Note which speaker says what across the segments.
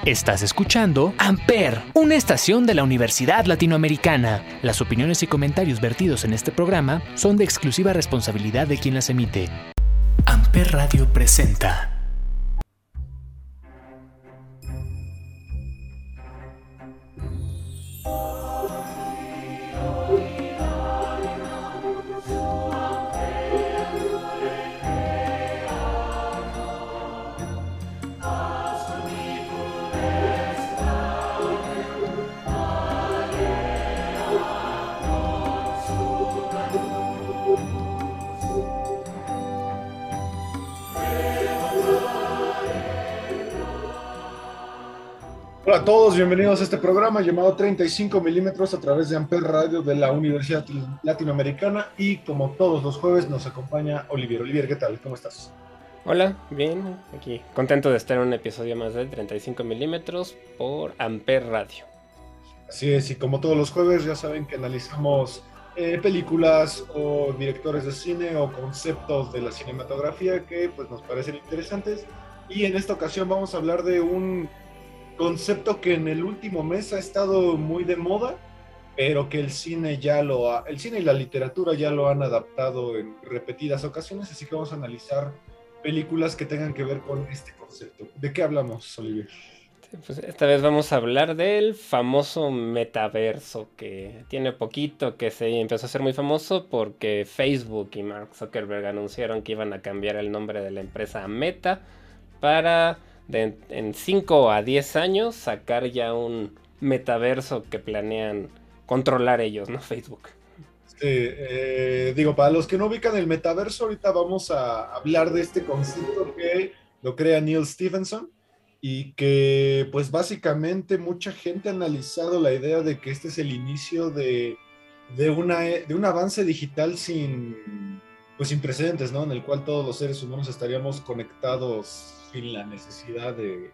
Speaker 1: Estás escuchando Amper, una estación de la Universidad Latinoamericana. Las opiniones y comentarios vertidos en este programa son de exclusiva responsabilidad de quien las emite. Amper Radio presenta.
Speaker 2: Hola a todos, bienvenidos a este programa llamado 35 milímetros a través de Amper Radio de la Universidad Latinoamericana, y como todos los jueves nos acompaña Olivier. Olivier, ¿qué tal? ¿Cómo estás?
Speaker 3: Hola, bien, aquí contento de estar en un episodio más de 35 milímetros por Amper Radio.
Speaker 2: Así es, y como todos los jueves ya saben que analizamos películas o directores de cine o conceptos de la cinematografía que pues nos parecen interesantes, y en esta ocasión vamos a hablar de un concepto que en el último mes ha estado muy de moda, pero que el cine y la literatura ya lo han adaptado en repetidas ocasiones, así que vamos a analizar películas que tengan que ver con este concepto. ¿De qué hablamos, Olivier?
Speaker 3: Pues esta vez vamos a hablar del famoso metaverso, que tiene poquito que se empezó a ser muy famoso porque Facebook y Mark Zuckerberg anunciaron que iban a cambiar el nombre de la empresa a Meta para en 5 a 10 años sacar ya un metaverso que planean controlar ellos, ¿no? Facebook.
Speaker 2: Para los que no ubican el metaverso, ahorita vamos a hablar de este concepto que lo crea Neil Stephenson, y que pues básicamente mucha gente ha analizado la idea de que este es el inicio de un avance digital sin precedentes, ¿no? En el cual todos los seres humanos estaríamos conectados sin la necesidad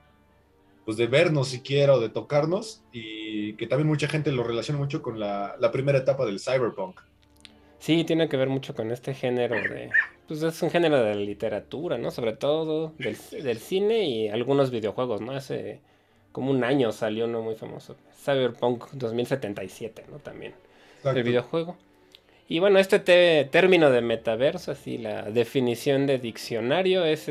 Speaker 2: de vernos siquiera o de tocarnos, y que también mucha gente lo relaciona mucho con la primera etapa del cyberpunk.
Speaker 3: Sí, tiene que ver mucho con este género pues es un género de la literatura, ¿no? Sobre todo del cine y algunos videojuegos, ¿no? Hace como un año salió uno muy famoso, Cyberpunk 2077, ¿no? También el
Speaker 2: Exacto.
Speaker 3: videojuego. Y bueno, este término de metaverso, así la definición de diccionario es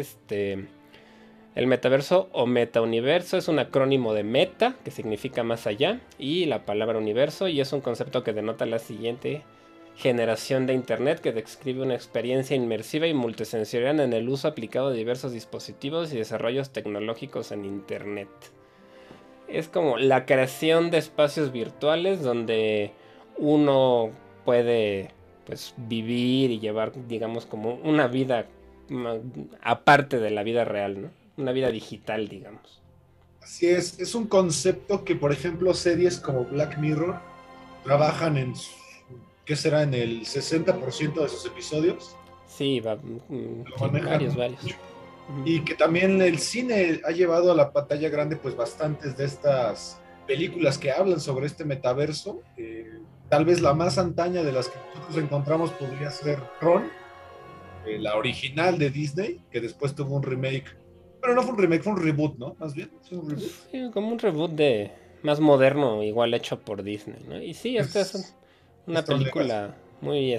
Speaker 3: el metaverso o metauniverso es un acrónimo de meta, que significa más allá, y la palabra universo, y es un concepto que denota la siguiente generación de Internet, que describe una experiencia inmersiva y multisensorial en el uso aplicado de diversos dispositivos y desarrollos tecnológicos en Internet. Es como la creación de espacios virtuales donde uno puede pues vivir y llevar, digamos, como una vida aparte de la vida real, ¿no? Una vida digital, digamos.
Speaker 2: Así es un concepto que, por ejemplo, series como Black Mirror trabajan ¿qué será? En el 60% de sus episodios.
Speaker 3: Sí,
Speaker 2: Lo
Speaker 3: sí,
Speaker 2: manejan
Speaker 3: varios.
Speaker 2: mucho. Y que también el cine ha llevado a la pantalla grande pues bastantes de estas películas que hablan sobre este metaverso. Tal vez la más antaña de las que nosotros encontramos podría ser Tron, la original de Disney, que después tuvo un remake. Pero no fue un remake, fue un reboot, ¿no? Más bien, ¿es un reboot?
Speaker 3: Pues, sí, como un reboot de más moderno, igual hecho por Disney, ¿no? Y sí, esta es
Speaker 2: Es
Speaker 3: una
Speaker 2: Tron Legacy.
Speaker 3: película muy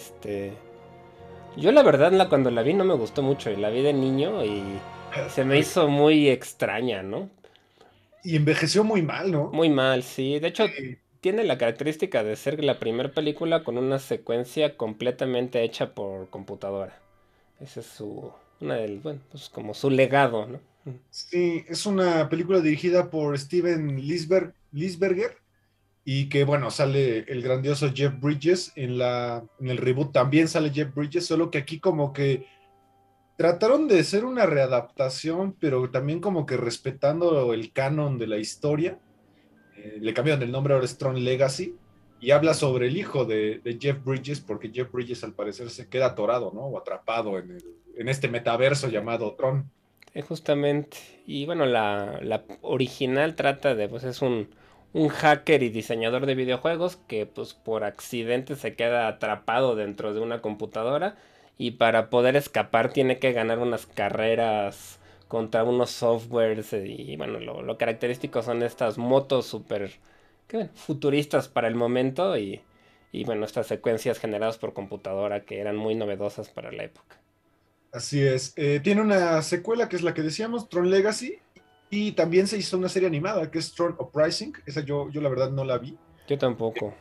Speaker 3: Yo la verdad cuando la vi no me gustó mucho, y la vi de niño y se me hizo muy extraña, ¿no?
Speaker 2: Y envejeció muy mal, ¿no?
Speaker 3: Muy mal, sí. De hecho,
Speaker 2: Sí.
Speaker 3: tiene la característica de ser la primera película con una secuencia completamente hecha por computadora. Ese es bueno, pues como su legado, ¿no?
Speaker 2: Sí, es una película dirigida por Steven Lisberger, y que, bueno, sale el grandioso Jeff Bridges en el reboot. También sale Jeff Bridges, solo que aquí como que trataron de ser una readaptación, pero también como que respetando el canon de la historia. Le cambiaron el nombre, ahora es Tron Legacy, y habla sobre el hijo de Jeff Bridges, porque Jeff Bridges al parecer se queda atorado, ¿no? O atrapado en este metaverso llamado Tron.
Speaker 3: Justamente. Y bueno, la original trata de, pues es un hacker y diseñador de videojuegos que pues por accidente se queda atrapado dentro de una computadora, y para poder escapar tiene que ganar unas carreras contra unos softwares y bueno, lo característico son estas motos súper futuristas para el momento y bueno, estas secuencias generadas por computadora que eran muy novedosas para la época.
Speaker 2: Así es. Tiene una secuela que es la que decíamos, Tron Legacy, y también se hizo una serie animada que es Tron Uprising. Esa yo la verdad no la vi.
Speaker 3: Yo tampoco.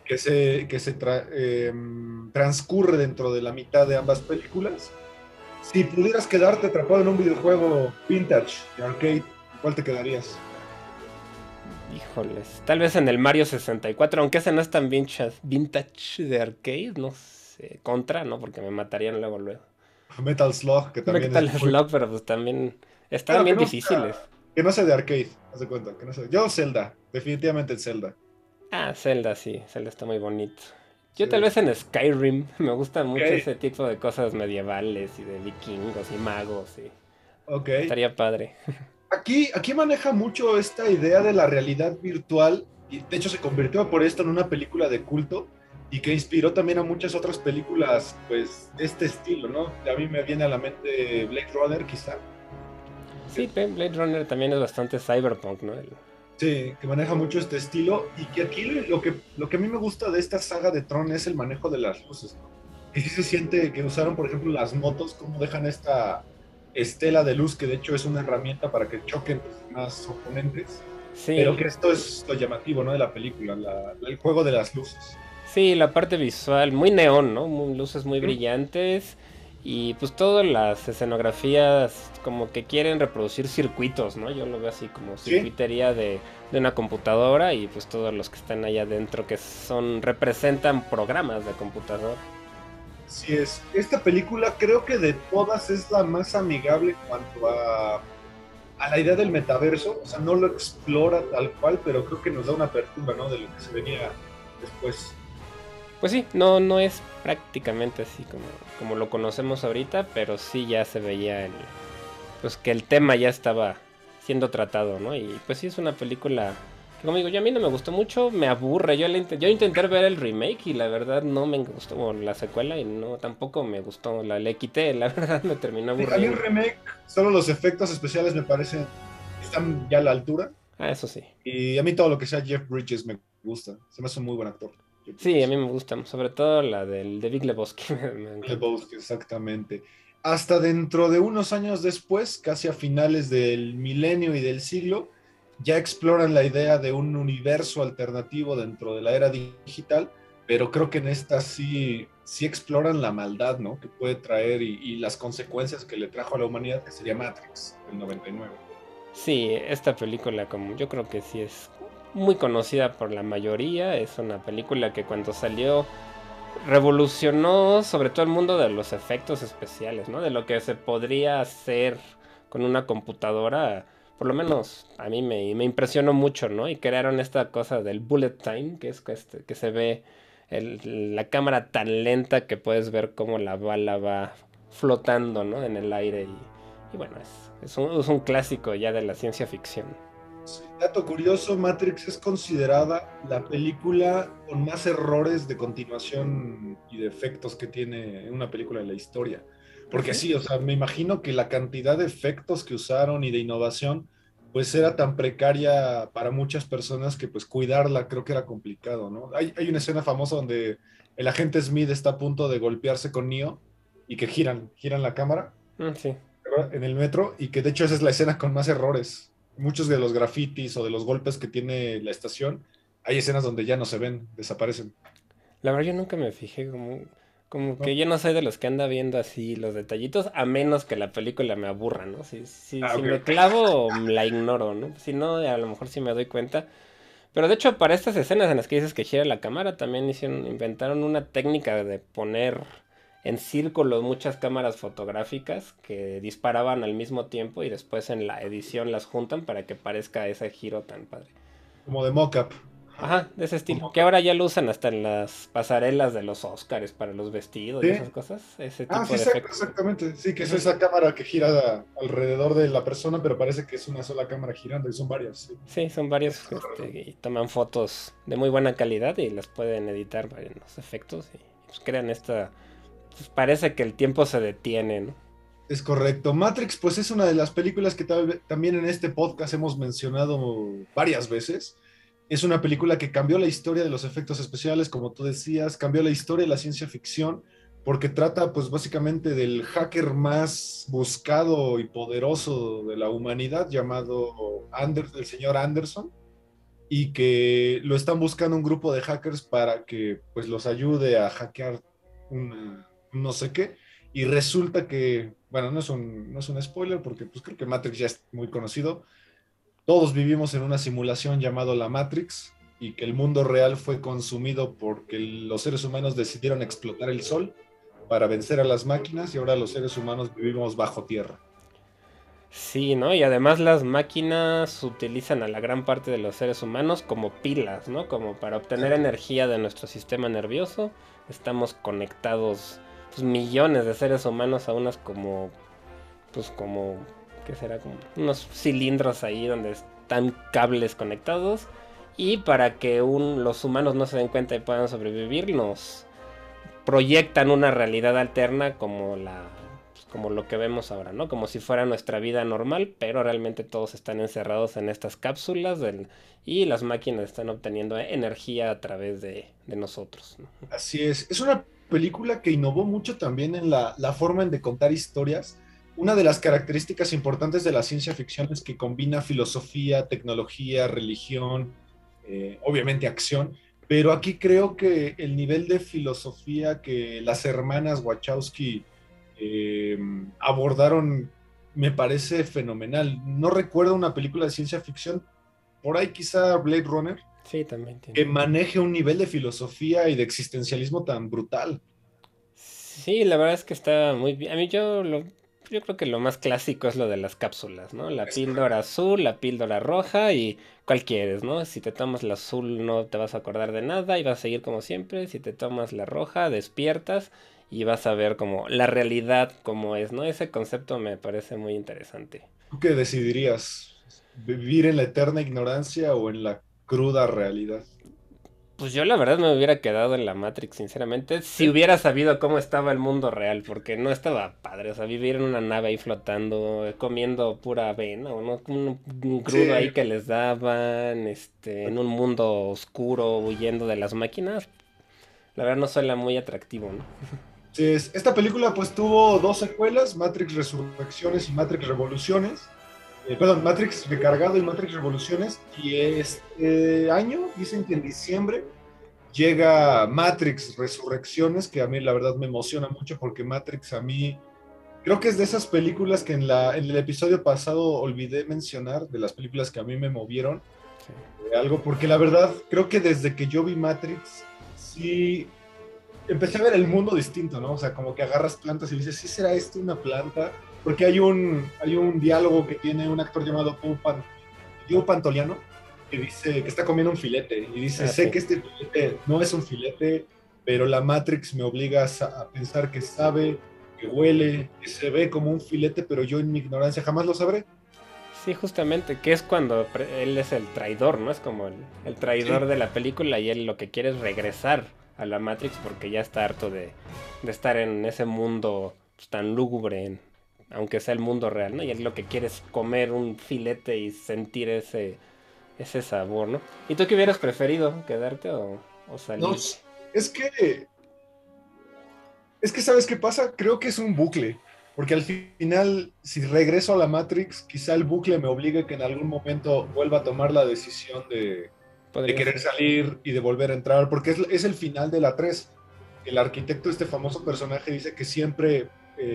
Speaker 2: Transcurre dentro de la mitad de ambas películas. Si pudieras quedarte atrapado en un videojuego vintage de arcade, ¿cuál te quedarías?
Speaker 3: Híjoles, tal vez en el Mario 64, aunque ese no es tan vintage de arcade, no sé, Contra, ¿no? Porque me matarían luego.
Speaker 2: Metal Slug, que también
Speaker 3: Metal Slug, pero pues también estaban bien difíciles.
Speaker 2: Que no sea de arcade, haz de cuenta, que no sea. Yo Zelda, definitivamente el Zelda.
Speaker 3: Ah, Zelda sí, Zelda está muy bonito. Yo tal vez en Skyrim, me gusta mucho ese tipo de cosas medievales y de vikingos y magos y estaría padre.
Speaker 2: Aquí maneja mucho esta idea de la realidad virtual y de hecho se convirtió por esto en una película de culto y que inspiró también a muchas otras películas pues de este estilo, ¿no? A mí me viene a la mente Blade Runner quizá.
Speaker 3: Sí, Blade Runner también es bastante cyberpunk, ¿no?
Speaker 2: Sí, que maneja mucho este estilo y que aquí lo que a mí me gusta de esta saga de Tron es el manejo de las luces, ¿no? Y sí se siente que usaron, por ejemplo, las motos, cómo dejan esta estela de luz, que de hecho es una herramienta para que choquen más oponentes. Sí. Pero que esto es lo llamativo, ¿no? De la película, el juego de las luces.
Speaker 3: Sí, la parte visual, muy neón, ¿no? Luces muy brillantes. Y pues todas las escenografías como que quieren reproducir circuitos, ¿no? Yo lo veo así como circuitería de una computadora y pues todos los que están allá adentro que representan programas de computadora.
Speaker 2: Así es. Esta película creo que de todas es la más amigable en cuanto a la idea del metaverso. O sea, no lo explora tal cual, pero creo que nos da una apertura, ¿no? De lo que se venía después.
Speaker 3: Pues sí, no es prácticamente así como lo conocemos ahorita, pero sí ya se veía pues que el tema ya estaba siendo tratado, ¿no? Y pues sí es una película que, como digo, yo a mí no me gustó mucho, me aburre. Yo intenté ver el remake y la verdad no me gustó, o la secuela, y no, tampoco me gustó. Le quité, la verdad me terminó aburriendo.
Speaker 2: A mí el remake, solo los efectos especiales me parecen están ya a la altura.
Speaker 3: Ah, eso sí.
Speaker 2: Y a mí todo lo que sea Jeff Bridges me gusta. Se me hace un muy buen actor.
Speaker 3: Sí, a mí me gusta, sobre todo la de Big Lebowski.
Speaker 2: Lebowski, exactamente. Hasta dentro de unos años después, casi a finales del milenio y del siglo, ya exploran la idea de un universo alternativo dentro de la era digital, pero creo que en esta sí exploran la maldad, ¿no? Que puede traer y las consecuencias que le trajo a la humanidad, que sería Matrix, del 99.
Speaker 3: Sí, esta película yo creo que sí es muy conocida por la mayoría. Es una película que cuando salió revolucionó sobre todo el mundo de los efectos especiales, ¿no? De lo que se podría hacer con una computadora. Por lo menos a mí me impresionó mucho, ¿no? Y crearon esta cosa del bullet time, que es que se ve la cámara tan lenta que puedes ver cómo la bala va flotando, ¿no? En el aire. Y bueno, es un clásico ya de la ciencia ficción.
Speaker 2: Sí, dato curioso, Matrix es considerada la película con más errores de continuación y de efectos que tiene una película en la historia. Porque sí, o sea, me imagino que la cantidad de efectos que usaron y de innovación, pues era tan precaria para muchas personas que pues cuidarla creo que era complicado, ¿no? Hay una escena famosa donde el agente Smith está a punto de golpearse con Neo y que giran la cámara
Speaker 3: sí.
Speaker 2: En el metro y que de hecho esa es la escena con más errores. Muchos de los grafitis o de los golpes que tiene la estación, hay escenas donde ya no se ven, desaparecen.
Speaker 3: La verdad yo nunca me fijé como que yo no soy de los que anda viendo así los detallitos, a menos que la película me aburra, ¿no? Si me clavo, la ignoro, ¿no? Si no, a lo mejor sí me doy cuenta. Pero de hecho, para estas escenas en las que dices que gira la cámara, también inventaron una técnica de poner en círculo muchas cámaras fotográficas que disparaban al mismo tiempo y después en la edición las juntan para que parezca ese giro tan padre.
Speaker 2: Como de mock-up.
Speaker 3: Ajá, de ese estilo. Que ahora ya lo usan hasta en las pasarelas de los Oscars para los vestidos y esas cosas. Ese tipo de efectos.
Speaker 2: Exactamente. Sí, que es esa cámara que gira alrededor de la persona, pero parece que es una sola cámara girando y son varias.
Speaker 3: Sí, son varios y toman fotos de muy buena calidad y las pueden editar en los efectos y pues crean esta... Pues parece que el tiempo se detiene, ¿no?
Speaker 2: Es correcto. Matrix, pues es una de las películas que también en este podcast hemos mencionado varias veces. Es una película que cambió la historia de los efectos especiales, como tú decías, cambió la historia de la ciencia ficción, porque trata pues básicamente del hacker más buscado y poderoso de la humanidad, llamado el señor Anderson, y que lo están buscando un grupo de hackers para que pues los ayude a hackear un no sé qué. Y resulta que, bueno, no es un spoiler porque pues creo que Matrix ya es muy conocido. Todos vivimos en una simulación llamado la Matrix y que el mundo real fue consumido porque los seres humanos decidieron explotar el sol para vencer a las máquinas y ahora los seres humanos vivimos bajo tierra.
Speaker 3: Sí, ¿no? Y además las máquinas utilizan a la gran parte de los seres humanos como pilas, ¿no? Como para obtener energía de nuestro sistema nervioso. Estamos conectados, pues, millones de seres humanos a unas como, pues como, ¿qué será? Como unos cilindros ahí donde están cables conectados. Y para que los humanos no se den cuenta y puedan sobrevivir, nos proyectan una realidad alterna como lo que vemos ahora, ¿no? Como si fuera nuestra vida normal, pero realmente todos están encerrados en estas cápsulas y las máquinas están obteniendo energía a través de nosotros, ¿no?
Speaker 2: Así es. Es una película que innovó mucho también en la forma de contar historias. Una de las características importantes de la ciencia ficción es que combina filosofía, tecnología, religión, obviamente acción, pero aquí creo que el nivel de filosofía que las hermanas Wachowski eh, abordaron me parece fenomenal. No recuerdo una película de ciencia ficción, por ahí quizá Blade Runner,
Speaker 3: Sí, también tiene.
Speaker 2: que maneje un nivel de filosofía y de existencialismo tan brutal.
Speaker 3: Sí, la verdad es que está muy bien. Yo creo que lo más clásico es lo de las cápsulas, ¿no? La
Speaker 2: Es
Speaker 3: píldora
Speaker 2: correcto.
Speaker 3: azul, la píldora roja y cuál quieres, ¿no? Si te tomas la azul no te vas a acordar de nada y vas a seguir como siempre. Si te tomas la roja, despiertas y vas a ver como la realidad como es, ¿no? Ese concepto me parece muy interesante.
Speaker 2: ¿Tú qué decidirías? ¿Vivir en la eterna ignorancia o en la cruda realidad?
Speaker 3: Pues yo la verdad me hubiera quedado en la Matrix, sinceramente, si
Speaker 2: ¿Eh?
Speaker 3: hubiera sabido cómo estaba el mundo real, porque no estaba padre, o sea, vivir en una nave ahí flotando, comiendo pura avena, o no, un
Speaker 2: Sí,
Speaker 3: crudo ahí que les daban, en un mundo oscuro, huyendo de las máquinas, la verdad no suena muy atractivo, ¿no?
Speaker 2: sí, esta película pues tuvo dos secuelas, Matrix Resurrecciones y Matrix Revoluciones. Perdón, Matrix Recargado y Matrix Revoluciones. Y este año, dicen que en diciembre, llega Matrix Resurrecciones, que a mí la verdad me emociona mucho porque Matrix a mí creo que es de esas películas que en el episodio pasado olvidé mencionar, de las películas que a mí me movieron,
Speaker 3: Sí.
Speaker 2: algo, porque la verdad creo que desde que yo vi Matrix, sí empecé a ver el mundo distinto, ¿no? O sea, como que agarras plantas y dices, ¿sí será esto una planta? Porque hay un diálogo que tiene un actor llamado Joe Pantoliano, que dice que está comiendo un filete y dice,
Speaker 3: Ah,
Speaker 2: sé
Speaker 3: sí.
Speaker 2: que este filete no es un filete, pero la Matrix me obliga a pensar que sabe, que huele, que se ve como un filete, pero yo en mi ignorancia jamás lo sabré.
Speaker 3: Sí, justamente, que es cuando él es el traidor, ¿no? Es como el traidor
Speaker 2: Sí,
Speaker 3: de la película y él lo que quiere es regresar a la Matrix porque ya está harto de estar en ese mundo pues, tan lúgubre, aunque sea el mundo real, ¿no? Y él lo que quiere es comer un filete y sentir ese sabor, ¿no? ¿Y tú qué hubieras preferido? ¿Quedarte o
Speaker 2: no,
Speaker 3: salirte?
Speaker 2: es que ¿sabes qué pasa? Creo que es un bucle, porque al final, si regreso a la Matrix, quizá el bucle me obligue que en algún momento vuelva a tomar la decisión de
Speaker 3: Podría
Speaker 2: querer
Speaker 3: ser.
Speaker 2: salir y de volver a entrar, porque es el final de la 3. El arquitecto, este famoso personaje, dice que siempre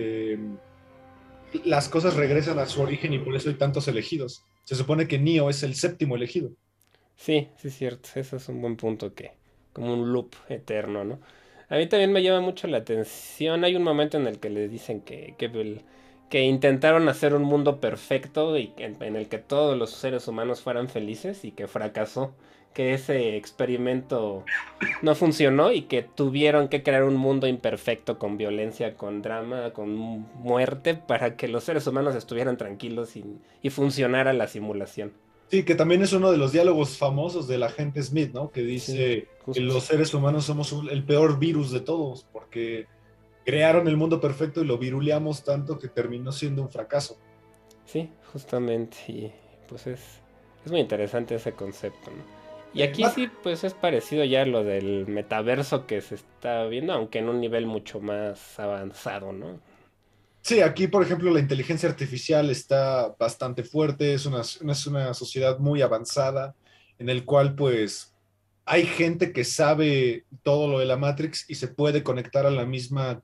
Speaker 2: las cosas regresan a su origen y por eso hay tantos elegidos. Se supone que Neo es el séptimo elegido.
Speaker 3: Sí, sí es cierto, eso es un buen punto como un loop eterno, ¿no? A mí también me llama mucho la atención, hay un momento en el que le dicen que intentaron hacer un mundo perfecto y en el que todos los seres humanos fueran felices y que fracasó, que ese experimento no funcionó y que tuvieron que crear un mundo imperfecto con violencia, con drama, con muerte para que los seres humanos estuvieran tranquilos y funcionara la simulación.
Speaker 2: Sí, que también es uno de los diálogos famosos del agente Smith, ¿no? Que
Speaker 3: Sí,
Speaker 2: dice que
Speaker 3: justo.
Speaker 2: los seres humanos somos el peor virus de todos, porque crearon el mundo perfecto y lo viruleamos tanto que terminó siendo un fracaso.
Speaker 3: Sí, justamente, y pues es muy interesante ese concepto, ¿no? Y aquí sí, pues es parecido ya a lo del metaverso que se está viendo, aunque en un nivel mucho más avanzado, ¿no?
Speaker 2: Sí, aquí, por ejemplo, la inteligencia artificial está bastante fuerte, es una sociedad muy avanzada, en el cual, pues, hay gente que sabe todo lo de la Matrix y se puede conectar a la misma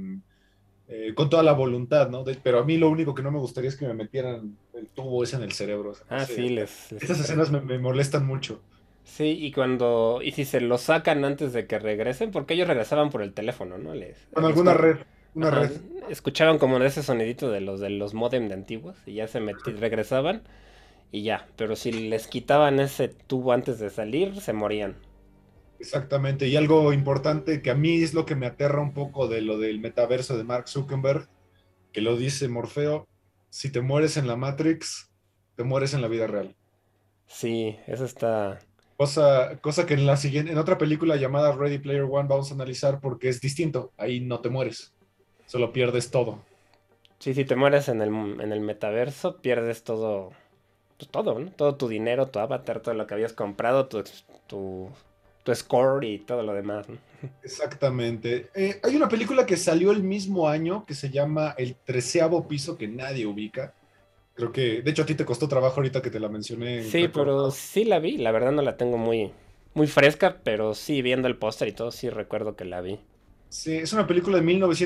Speaker 2: con toda la voluntad, ¿no? Pero a mí lo único que no me gustaría es que me metieran el tubo ese en el cerebro. O sea, no
Speaker 3: Ah, sí,
Speaker 2: sé, esas escenas me molestan mucho.
Speaker 3: Sí, y si se lo sacan antes de que regresen, porque ellos regresaban por el teléfono, ¿no?
Speaker 2: Con alguna red, una
Speaker 3: Ajá,
Speaker 2: red.
Speaker 3: escuchaban como ese sonidito de los modem de antiguos y ya regresaban y ya, pero si les quitaban ese tubo antes de salir, se morían.
Speaker 2: Exactamente. Y algo importante que a mí es lo que me aterra un poco de lo del metaverso de Mark Zuckerberg, que lo dice Morfeo, si te mueres en la Matrix, te mueres en la vida real.
Speaker 3: Sí, eso está...
Speaker 2: Cosa que en la siguiente, en otra película llamada Ready Player One vamos a analizar porque es distinto. Ahí no te mueres, solo pierdes todo.
Speaker 3: Sí, si te mueres en el metaverso, pierdes todo, pues todo, ¿no? Todo tu dinero, tu avatar, todo lo que habías comprado, tu, tu score y todo lo demás, ¿no?
Speaker 2: Exactamente. Hay una película que salió el mismo año que se llama El Treceavo Piso que nadie ubica. Creo que, de hecho, a ti te costó trabajo ahorita que te la mencioné
Speaker 3: Sí, pero
Speaker 2: recordado.
Speaker 3: sí la vi. La verdad no la tengo muy fresca, pero sí, viendo el póster y todo, sí recuerdo que la vi.
Speaker 2: Sí, es una película de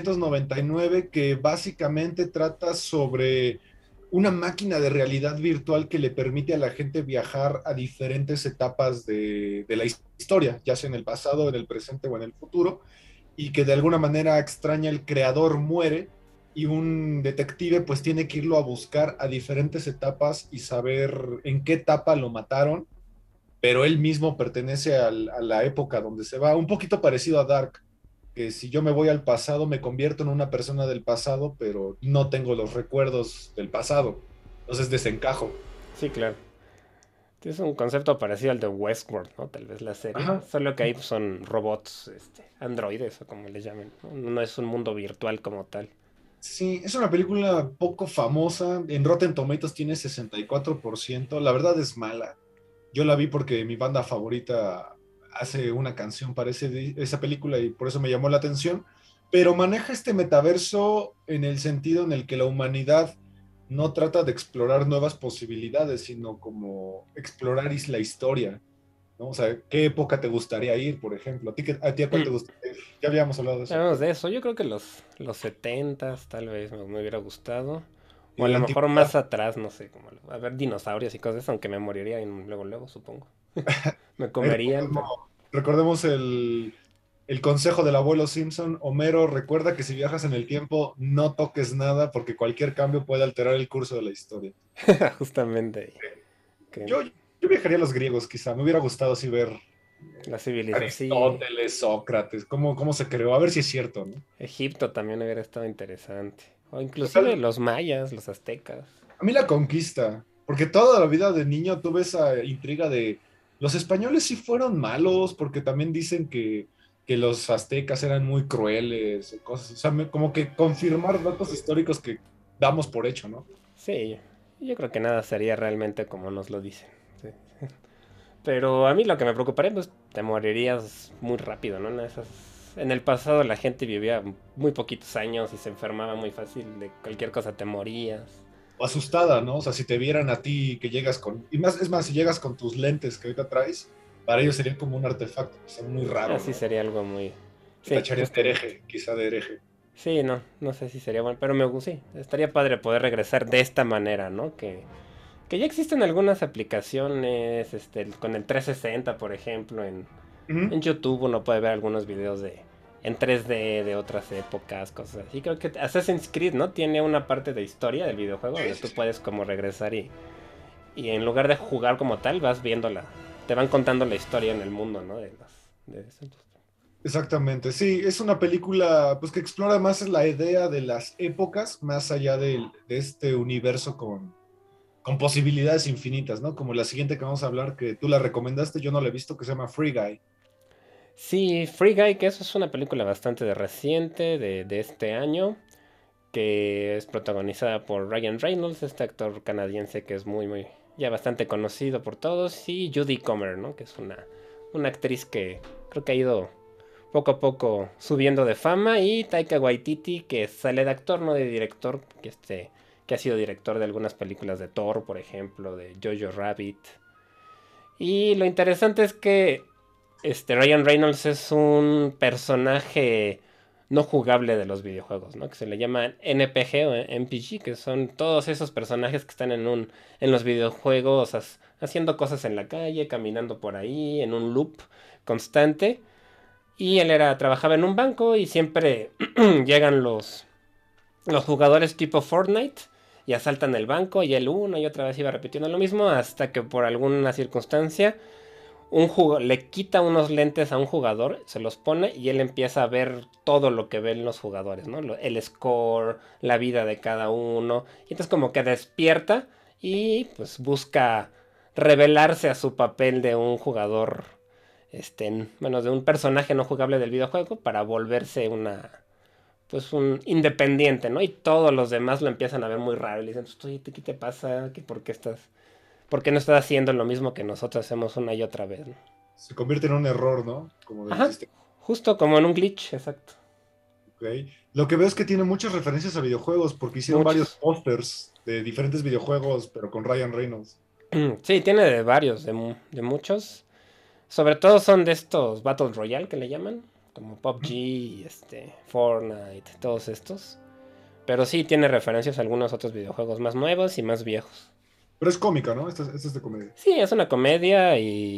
Speaker 2: 1999 que básicamente trata sobre una máquina de realidad virtual que le permite a la gente viajar a diferentes etapas de la historia, ya sea en el pasado, en el presente o en el futuro, y que de alguna manera extraña el creador muere y un detective pues tiene que irlo a buscar a diferentes etapas y saber en qué etapa lo mataron, pero él mismo pertenece a la época donde se va, un poquito parecido a Dark, que si yo me voy al pasado me convierto en una persona del pasado, pero no tengo los recuerdos del pasado. Entonces desencajo.
Speaker 3: Sí, claro. Sí, es un concepto parecido al de Westworld, ¿no? Tal vez la serie.
Speaker 2: Ajá.
Speaker 3: Solo que ahí pues, son robots, androides o como les llamen, ¿no? No es un mundo virtual como tal.
Speaker 2: Sí, es una película poco famosa. En Rotten Tomatoes tiene 64%. La verdad es mala. Yo la vi porque mi banda favorita hace una canción para esa película y por eso me llamó la atención. Pero maneja este metaverso en el sentido en el que la humanidad no trata de explorar nuevas posibilidades, sino como explorar la historia, ¿no? O sea, ¿qué época te gustaría ir, por ejemplo? ¿A ti a cuál te gustaría ir? Ya habíamos hablado de eso.
Speaker 3: Hablamos de eso. Yo creo que los 70s tal vez me hubiera gustado. O
Speaker 2: Y
Speaker 3: a
Speaker 2: de la
Speaker 3: lo mejor más
Speaker 2: antigüedad.
Speaker 3: atrás, no sé, como a ver dinosaurios y cosas, aunque me moriría luego, supongo. Me
Speaker 2: Ahí
Speaker 3: comerían, pero...
Speaker 2: recordemos el consejo del abuelo Simpson. Homero, recuerda que si viajas en el tiempo, no toques nada porque cualquier cambio puede alterar el curso de la historia.
Speaker 3: Justamente. Que
Speaker 2: Yo viajaría a los griegos, quizá. Me hubiera gustado así ver
Speaker 3: la civilización, sí.
Speaker 2: Aristóteles, Sócrates, cómo se creó. A ver si es cierto, ¿no?
Speaker 3: Egipto también hubiera estado interesante. O inclusive
Speaker 2: Total,
Speaker 3: los mayas, los aztecas.
Speaker 2: a mí la conquista, porque toda la vida de niño tuve esa intriga de los españoles sí fueron malos, porque también dicen que los aztecas eran muy crueles, o cosas, o sea, como que confirmar datos históricos que damos por hecho, ¿no?
Speaker 3: Sí, yo creo que nada sería realmente como nos lo dicen. Sí. Pero a mí lo que me preocuparía, pues te morirías muy rápido, ¿no? En el pasado la gente vivía muy poquitos años y se enfermaba muy fácil. De cualquier cosa te morías.
Speaker 2: O asustada, ¿no? O sea, si te vieran a ti que llegas y más, es más, si llegas con tus lentes que ahorita traes, para ellos sería como un artefacto, o sea, muy raro,
Speaker 3: Así
Speaker 2: ¿no?
Speaker 3: sería algo muy...
Speaker 2: Te
Speaker 3: Sí,
Speaker 2: tacharían de
Speaker 3: justamente.
Speaker 2: hereje, quizá de hereje.
Speaker 3: Sí, no sé si sería bueno, pero sí, estaría padre poder regresar de esta manera, ¿no? Que ya existen algunas aplicaciones, con el 360, por ejemplo,
Speaker 2: Ujú.
Speaker 3: en YouTube uno puede ver algunos videos en 3D de otras épocas, cosas así. Creo que Assassin's Creed, ¿no? Tiene una parte de historia del videojuego
Speaker 2: Sí,
Speaker 3: donde
Speaker 2: sí,
Speaker 3: tú
Speaker 2: sí.
Speaker 3: puedes como regresar y en lugar de jugar como tal, vas viéndola, te van contando la historia en el mundo, ¿no? De eso.
Speaker 2: Exactamente, sí, es una película pues que explora más la idea de las épocas, más allá de este universo con posibilidades infinitas, ¿no? Como la siguiente que vamos a hablar, que tú la recomendaste, yo no la he visto, que se llama Free Guy.
Speaker 3: Sí, Free Guy, que eso es una película bastante reciente de este año, que es protagonizada por Ryan Reynolds, este actor canadiense que es ya bastante conocido por todos, y Judy Comer, ¿no? Que es una actriz que creo que ha ido poco a poco subiendo de fama, y Taika Waititi, que sale de actor, no de director, que ha sido director de algunas películas de Thor, por ejemplo, de Jojo Rabbit. Y lo interesante es que Ryan Reynolds es un personaje no jugable de los videojuegos, ¿no? Que se le llama NPG o MPG, que son todos esos personajes que están en los videojuegos haciendo cosas en la calle, caminando por ahí, en un loop constante. Y él trabajaba en un banco y siempre llegan los jugadores tipo Fortnite y asaltan el banco y él una y otra vez iba repitiendo lo mismo hasta que por alguna circunstancia le quita unos lentes a un jugador, se los pone y él empieza a ver todo lo que ven los jugadores, ¿no? El score, la vida de cada uno. Y entonces como que despierta y pues busca revelarse a su papel de un jugador, bueno, de un personaje no jugable del videojuego para volverse pues un independiente, ¿no? Y todos los demás lo empiezan a ver muy raro y le dicen, oye, ¿qué te pasa? ¿Por qué no estás haciendo lo mismo que nosotros hacemos una y otra vez, ¿no?
Speaker 2: Se convierte en un error, ¿no? Como del
Speaker 3: Ajá,
Speaker 2: sistema.
Speaker 3: justo como en un glitch, exacto.
Speaker 2: Ok. Lo que veo es que tiene muchas referencias a videojuegos, porque hicieron varios
Speaker 3: Muchos.
Speaker 2: pósters de diferentes videojuegos, pero con Ryan Reynolds.
Speaker 3: Sí, tiene de varios, de muchos. Sobre todo son de estos Battle Royale que le llaman, como PUBG, Fortnite, todos estos. Pero sí tiene referencias a algunos otros videojuegos más nuevos y más viejos.
Speaker 2: Pero es cómica, ¿no? Esta es de comedia.
Speaker 3: Sí, es una comedia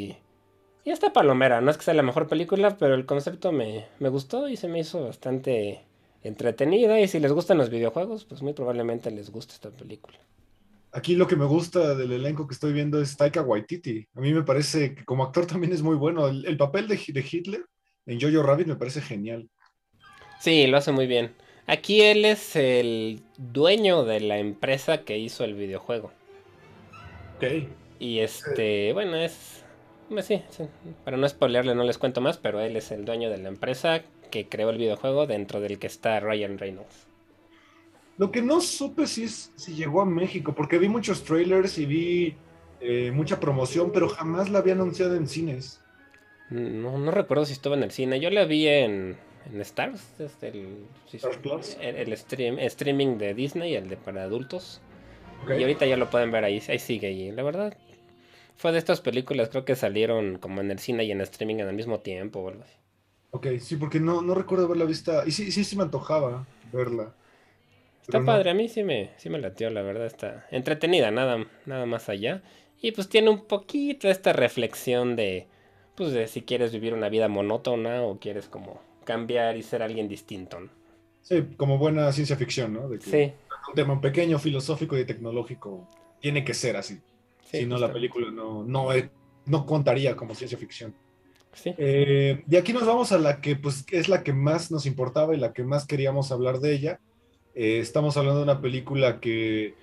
Speaker 3: y está palomera. No es que sea la mejor película, pero el concepto me gustó y se me hizo bastante entretenida. Y si les gustan los videojuegos, pues muy probablemente les guste esta película.
Speaker 2: Aquí lo que me gusta del elenco que estoy viendo es Taika Waititi. A mí me parece que como actor también es muy bueno. El papel de Hitler en Jojo Rabbit me parece genial.
Speaker 3: Sí, lo hace muy bien. Aquí él es el dueño de la empresa que hizo el videojuego.
Speaker 2: Ok.
Speaker 3: Y bueno, pues sí, sí, para no spoilearle no les cuento más, pero él es el dueño de la empresa que creó el videojuego dentro del que está Ryan Reynolds.
Speaker 2: Lo que no supe si llegó a México, porque vi muchos trailers y vi mucha promoción, pero jamás la había anunciado en cines.
Speaker 3: No recuerdo si estuvo en el cine. Yo la vi en Stars,
Speaker 2: Star Plus.
Speaker 3: streaming de Disney, el de para adultos.
Speaker 2: Ok.
Speaker 3: Y ahorita ya lo pueden ver ahí sigue. Y la verdad, fue de estas películas, creo que salieron como en el cine y en streaming en el mismo tiempo o algo así.
Speaker 2: Ok, sí, porque no recuerdo haberla vista. Y sí me antojaba verla, pero
Speaker 3: Está
Speaker 2: no.
Speaker 3: padre, a mí sí me latió, la verdad, está entretenida, nada más allá. Y pues tiene un poquito esta reflexión pues de si quieres vivir una vida monótona o quieres como cambiar y ser alguien distinto, ¿no?
Speaker 2: Sí, como buena ciencia ficción, ¿no? De que
Speaker 3: Sí,
Speaker 2: un tema pequeño, filosófico y tecnológico tiene que ser así.
Speaker 3: sí,
Speaker 2: Si no, la
Speaker 3: justamente.
Speaker 2: película no contaría como ciencia ficción.
Speaker 3: Sí.
Speaker 2: De aquí nos vamos a la que pues es la que más nos importaba y la que más queríamos hablar de ella. Estamos hablando de una película que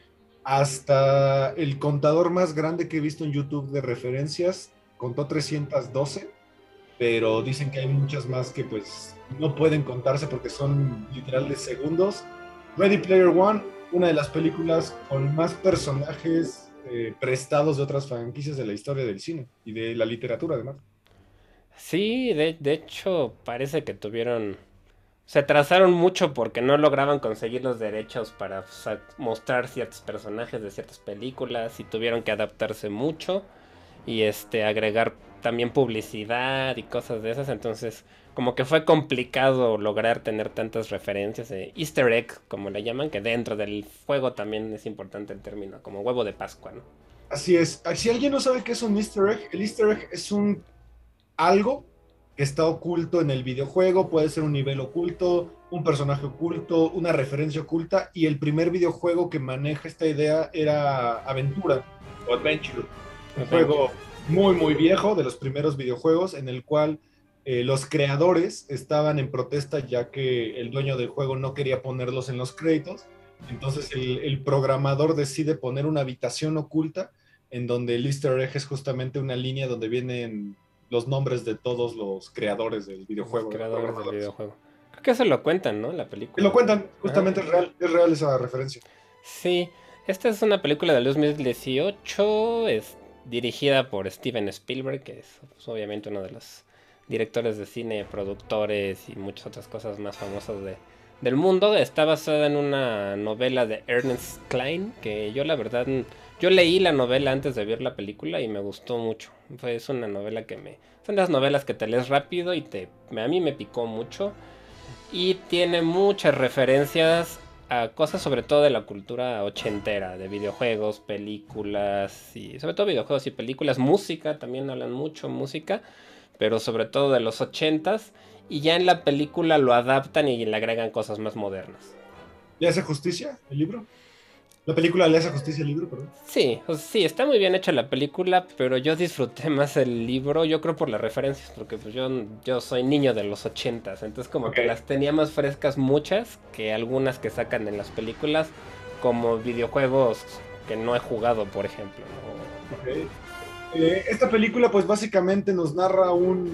Speaker 2: hasta el contador más grande que he visto en YouTube de referencias contó 312, pero dicen que hay muchas más que pues no pueden contarse porque son literal de segundos. Ready Player One, una de las películas con más personajes prestados de otras franquicias de la historia del cine y de la literatura además.
Speaker 3: Sí, de hecho parece que se atrasaron mucho porque no lograban conseguir los derechos para mostrar ciertos personajes de ciertas películas y tuvieron que adaptarse mucho y agregar también publicidad y cosas de esas, entonces como que fue complicado lograr tener tantas referencias de Easter egg, como le llaman, que dentro del juego también es importante el término, como huevo de Pascua, ¿no?
Speaker 2: Así es. Si alguien no sabe qué es un Easter egg, el Easter egg es un algo que está oculto en el videojuego, puede ser un nivel oculto, un personaje oculto, una referencia oculta, y el primer videojuego que maneja esta idea era Aventura o Adventure, un
Speaker 3: Adventure.
Speaker 2: juego muy viejo de los primeros videojuegos en el cual los creadores estaban en protesta ya que el dueño del juego no quería ponerlos en los créditos, entonces el programador decide poner una habitación oculta en donde el Easter egg es justamente una línea donde vienen los nombres de todos los creadores del videojuego.
Speaker 3: Los creadores del videojuego. Creo que eso lo cuentan, ¿no? La
Speaker 2: Y
Speaker 3: película.
Speaker 2: lo cuentan, justamente
Speaker 3: Ajá.
Speaker 2: es real esa referencia.
Speaker 3: Sí, esta es una película del 2018, es dirigida por Steven Spielberg, que es pues, obviamente uno de los directores de cine, productores y muchas otras cosas más famosas del mundo. Está basada en una novela de Ernest Cline, que yo la verdad, yo leí la novela antes de ver la película y me gustó mucho. Es una novela son las novelas que te lees rápido y a mí me picó mucho. Y tiene muchas referencias a cosas sobre todo de la cultura ochentera, de videojuegos, películas, y sobre todo videojuegos y películas, música, también hablan mucho música, pero sobre todo de los ochentas, y ya en la película lo adaptan y le agregan cosas más modernas.
Speaker 2: ¿Le hace justicia el libro? La película le hace justicia al libro, perdón.
Speaker 3: Sí, o sea, sí, está muy bien hecha la película, pero yo disfruté más el libro, yo creo por las referencias, porque pues yo soy niño de los ochentas, entonces como que
Speaker 2: Ok.
Speaker 3: las tenía más frescas muchas que algunas que sacan en las películas, como videojuegos que no he jugado, por ejemplo, ¿no?
Speaker 2: Ok. Esta película pues básicamente nos narra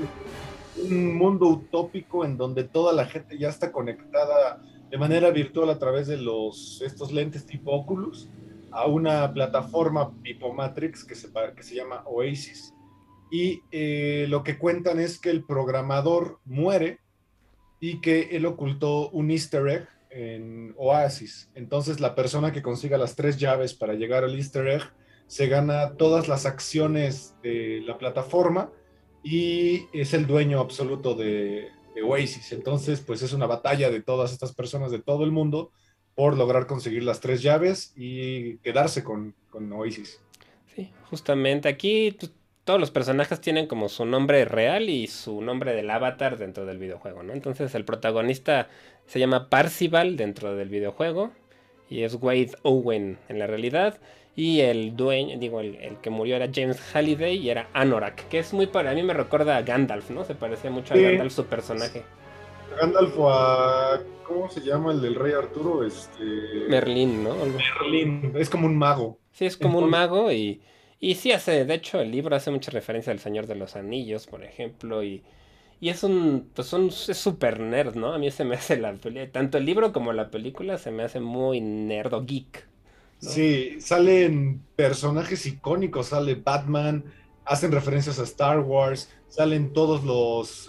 Speaker 2: un mundo utópico en donde toda la gente ya está conectada de manera virtual a través de estos lentes tipo Oculus a una plataforma tipo Matrix que se llama Oasis. Y lo que cuentan es que el programador muere y que él ocultó un easter egg en Oasis. Entonces la persona que consiga las 3 llaves para llegar al easter egg se gana todas las acciones de la plataforma y es el dueño absoluto de Oasis. Entonces, pues es una batalla de todas estas personas de todo el mundo por lograr conseguir las 3 llaves y quedarse con Oasis.
Speaker 3: Sí, justamente aquí pues, todos los personajes tienen como su nombre real y su nombre del avatar dentro del videojuego, ¿no? Entonces el protagonista se llama Parcival dentro del videojuego y es Wade Owen en la realidad. Y el dueño, digo, el que murió era James Halliday y era Anorak, que es muy para a mí me recuerda a Gandalf, ¿no? Se parecía mucho a
Speaker 2: Sí,
Speaker 3: Gandalf su personaje.
Speaker 2: Gandalf a, ¿cómo se llama el del Rey Arturo?
Speaker 3: Merlín, ¿no?
Speaker 2: Merlín, es como un mago.
Speaker 3: Sí, es como un
Speaker 2: Entonces,
Speaker 3: mago y sí hace, de hecho, el libro hace mucha referencia al Señor de los Anillos, por ejemplo, y es es súper nerd, ¿no? A mí se me hace tanto el libro como la película se me hace muy nerd o geek, ¿no?
Speaker 2: sí, salen personajes icónicos, sale Batman, hacen referencias a Star Wars, salen todos los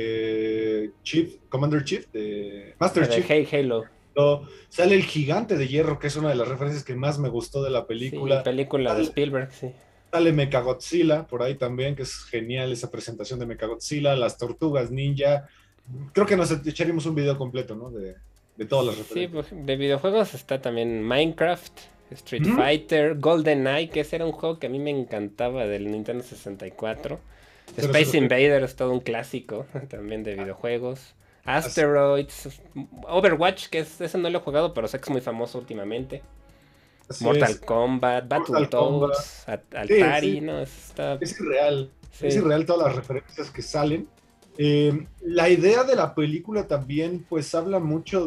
Speaker 2: Commander Chief, Master
Speaker 3: De
Speaker 2: Chief,
Speaker 3: Hey Halo,
Speaker 2: sale el gigante de hierro, que es una de las referencias que más me gustó de la
Speaker 3: sí,
Speaker 2: película,
Speaker 3: película de
Speaker 2: sale,
Speaker 3: Spielberg, sí.
Speaker 2: sale Mechagodzilla por ahí también, que es genial esa presentación de Mechagodzilla, las tortugas ninja, creo que nos echaríamos un video completo, ¿no? De todas las
Speaker 3: Sí,
Speaker 2: referencias.
Speaker 3: de videojuegos está también Minecraft, Street
Speaker 2: Ujú.
Speaker 3: Fighter, GoldenEye, que ese era un juego que a mí me encantaba del Nintendo 64.
Speaker 2: Cero, cero,
Speaker 3: Space
Speaker 2: cero.
Speaker 3: Invader es todo un clásico también de videojuegos.
Speaker 2: Así,
Speaker 3: Asteroids, Overwatch, ese no lo he jugado, pero sé que es muy famoso últimamente.
Speaker 2: así
Speaker 3: Mortal
Speaker 2: es.
Speaker 3: Kombat,
Speaker 2: Mortal Kombat.
Speaker 3: Battletoads,
Speaker 2: Sí,
Speaker 3: Atari,
Speaker 2: sí,
Speaker 3: ¿no? Está.
Speaker 2: es
Speaker 3: Sí.
Speaker 2: irreal todas las referencias que salen. La idea de la película también, pues habla mucho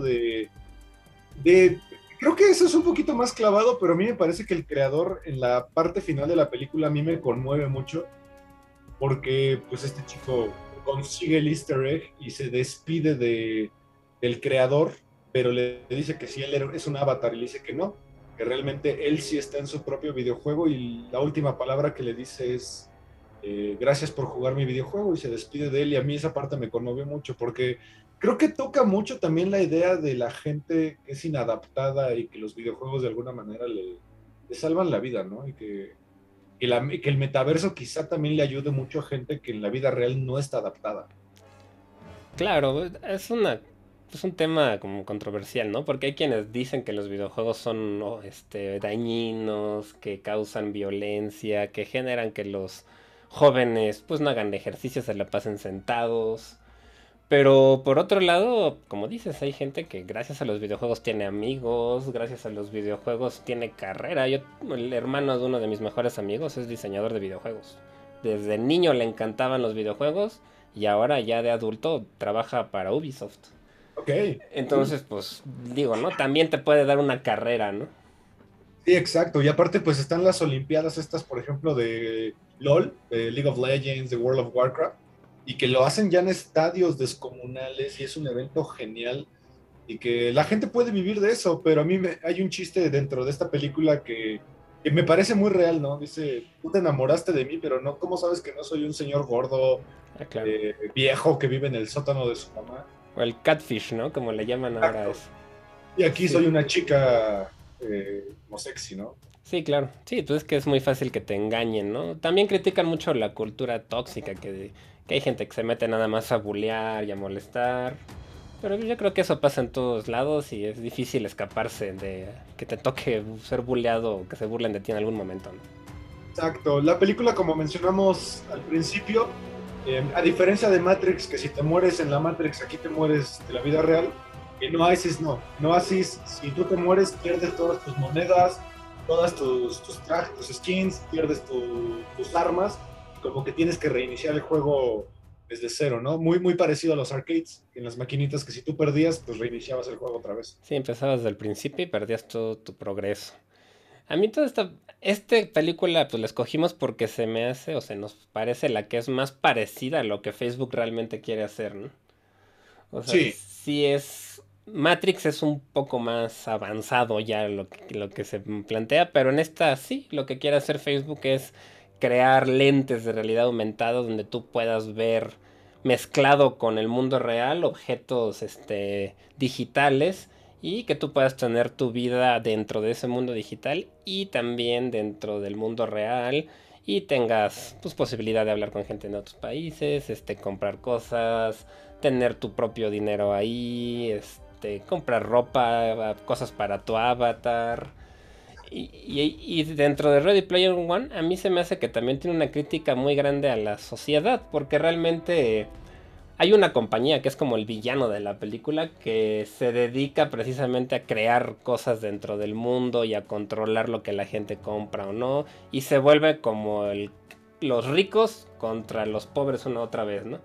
Speaker 2: de, creo que eso es un poquito más clavado, pero a mí me parece que el creador en la parte final de la película a mí me conmueve mucho, porque pues este chico consigue el easter egg y se despide del creador, pero le dice que si él es un avatar y le dice que no, que realmente él sí está en su propio videojuego y la última palabra que le dice es gracias por jugar mi videojuego y se despide de él y a mí esa parte me conmovió mucho porque creo que toca mucho también la idea de la gente que es inadaptada y que los videojuegos de alguna manera le salvan la vida, ¿no? Que el metaverso quizá también le ayude mucho a gente que en la vida real no está adaptada.
Speaker 3: Claro, es un tema como controversial, ¿no? Porque hay quienes dicen que los videojuegos son ¿no? dañinos, que causan violencia, que generan que los jóvenes pues no hagan ejercicio, se la pasen sentados. Pero por otro lado, como dices, hay gente que gracias a los videojuegos tiene amigos, gracias a los videojuegos tiene carrera. El hermano de uno de mis mejores amigos es diseñador de videojuegos. Desde niño le encantaban los videojuegos y ahora ya de adulto trabaja para Ubisoft.
Speaker 2: Ok, cool.
Speaker 3: Entonces, pues digo, ¿no? También te puede dar una carrera, ¿no?
Speaker 2: Sí, exacto. Y aparte, pues están las Olimpiadas estas, por ejemplo, LOL, League of Legends, The World of Warcraft, y que lo hacen ya en estadios descomunales y es un evento genial y que la gente puede vivir de eso, pero a mí hay un chiste dentro de esta película que me parece muy real, ¿no? Dice, tú te enamoraste de mí, pero no, ¿cómo sabes que no soy un señor gordo,
Speaker 3: Claro.
Speaker 2: viejo que vive en el sótano de su mamá?
Speaker 3: O el catfish, ¿no? Como le llaman ahora a
Speaker 2: Exacto.
Speaker 3: eso.
Speaker 2: Y aquí
Speaker 3: Sí.
Speaker 2: soy una chica como sexy, ¿no?
Speaker 3: Sí, claro. Sí, pues es que es muy fácil que te engañen, ¿no? También critican mucho la cultura tóxica, que hay gente que se mete nada más a bullear y a molestar. Pero yo creo que eso pasa en todos lados y es difícil escaparse de que te toque ser bulleado o que se burlen de ti en algún momento, ¿no?
Speaker 2: Exacto. La película, como mencionamos al principio, a diferencia de Matrix, que si te mueres en la Matrix, aquí te mueres de la vida real, en Oasis no. En Oasis, si tú te mueres, pierdes todas tus monedas, todas tus trajes, tus skins, pierdes tus armas, como que tienes que reiniciar el juego desde cero, ¿no? Muy, muy parecido a los arcades, en las maquinitas que si tú perdías, pues reiniciabas el juego otra vez.
Speaker 3: Sí, empezabas desde el principio y perdías todo tu progreso. A mí toda esta película pues la escogimos porque se me hace o se nos parece la que es más parecida a lo que Facebook realmente quiere hacer, ¿no? O sea,
Speaker 2: Sí,
Speaker 3: sí es... Matrix es un poco más avanzado ya lo que se plantea, pero en esta sí, lo que quiere hacer Facebook es crear lentes de realidad aumentada donde tú puedas ver mezclado con el mundo real objetos digitales y que tú puedas tener tu vida dentro de ese mundo digital y también dentro del mundo real y tengas pues posibilidad de hablar con gente en otros países, comprar cosas, tener tu propio dinero ahí, comprar ropa, cosas para tu avatar. Y dentro de Ready Player One, a mí se me hace que también tiene una crítica muy grande a la sociedad, porque realmente hay una compañía que es como el villano de la película que se dedica precisamente a crear cosas dentro del mundo y a controlar lo que la gente compra o no, y se vuelve como los ricos contra los pobres una otra vez, ¿no?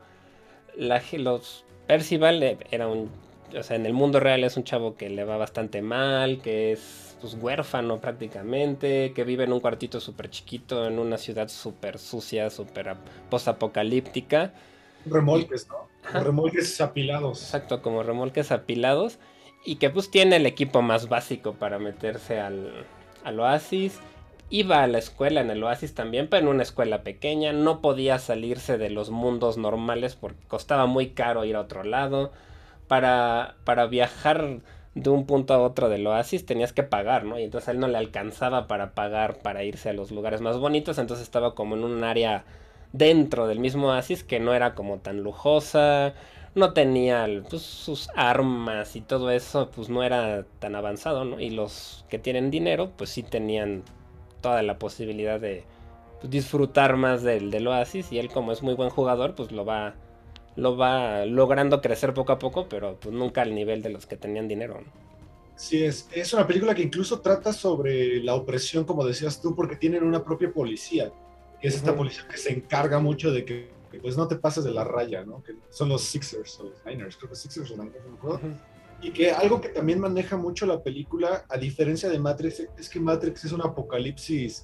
Speaker 3: Los Percival era o sea, en el mundo real es un chavo que le va bastante mal, que es pues, huérfano prácticamente, que vive en un cuartito súper chiquito, en una ciudad súper sucia, súper post-apocalíptica. Y,
Speaker 2: remolques, ¿no? Como
Speaker 3: ajá,
Speaker 2: remolques apilados.
Speaker 3: exacto, como remolques apilados. Y que pues tiene el equipo más básico para meterse al Oasis. Iba a la escuela en el Oasis también, pero en una escuela pequeña. No podía salirse de los mundos normales porque costaba muy caro ir a otro lado. Para viajar de un punto a otro del Oasis tenías que pagar, ¿no? Y entonces a él no le alcanzaba para pagar para irse a los lugares más bonitos. Entonces estaba como en un área dentro del mismo Oasis que no era como tan lujosa, no tenía pues, sus armas y todo eso, pues no era tan avanzado, ¿no? Y los que tienen dinero, pues sí tenían toda la posibilidad de pues, disfrutar más del Oasis y él como es muy buen jugador, pues lo va logrando crecer poco a poco, pero pues nunca al nivel de los que tenían dinero, ¿no?
Speaker 2: Sí, es una película que incluso trata sobre la opresión, como decías tú, porque tienen una propia policía, que es esta
Speaker 3: Ujú.
Speaker 2: policía que se encarga mucho de que pues no te pases de la raya, ¿no? Que son los Sixers o los Niners, creo que Sixers o Niners, no me acuerdo.
Speaker 3: Ujú.
Speaker 2: Y que algo que también maneja mucho la película, a diferencia de Matrix, es que Matrix es un apocalipsis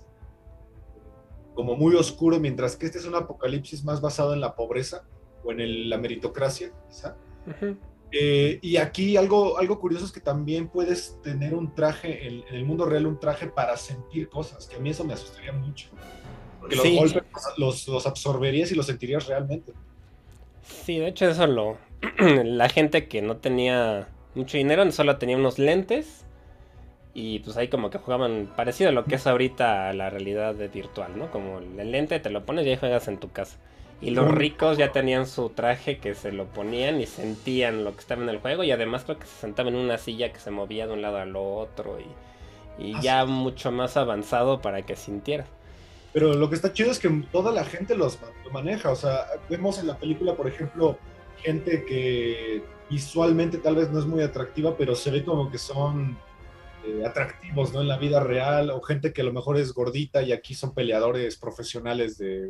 Speaker 2: como muy oscuro, mientras que este es un apocalipsis más basado en la pobreza o en la meritocracia, quizá.
Speaker 3: Ujú.
Speaker 2: Y aquí algo curioso es que también puedes tener un traje, en el mundo real, un traje para sentir cosas, que a mí eso me asustaría mucho, porque los
Speaker 3: Sí,
Speaker 2: golpes los absorberías y los sentirías realmente.
Speaker 3: sí, de hecho eso la gente que no tenía mucho dinero solo tenía unos lentes y pues ahí como que jugaban parecido a lo que es ahorita la realidad virtual, ¿no? Como el lente te lo pones y ahí juegas en tu casa. Y los
Speaker 2: Como un
Speaker 3: ricos ya tenían su traje que se lo ponían y sentían lo que estaba en el juego y además creo que se sentaban en una silla que se movía de un lado al otro y
Speaker 2: así.
Speaker 3: ya mucho más avanzado para que sintiera.
Speaker 2: Pero lo que está chido es que toda la gente lo maneja. O sea, vemos en la película, por ejemplo, gente que visualmente tal vez no es muy atractiva, pero se ve como que son atractivos, ¿no? En la vida real, o gente que a lo mejor es gordita y aquí son peleadores profesionales de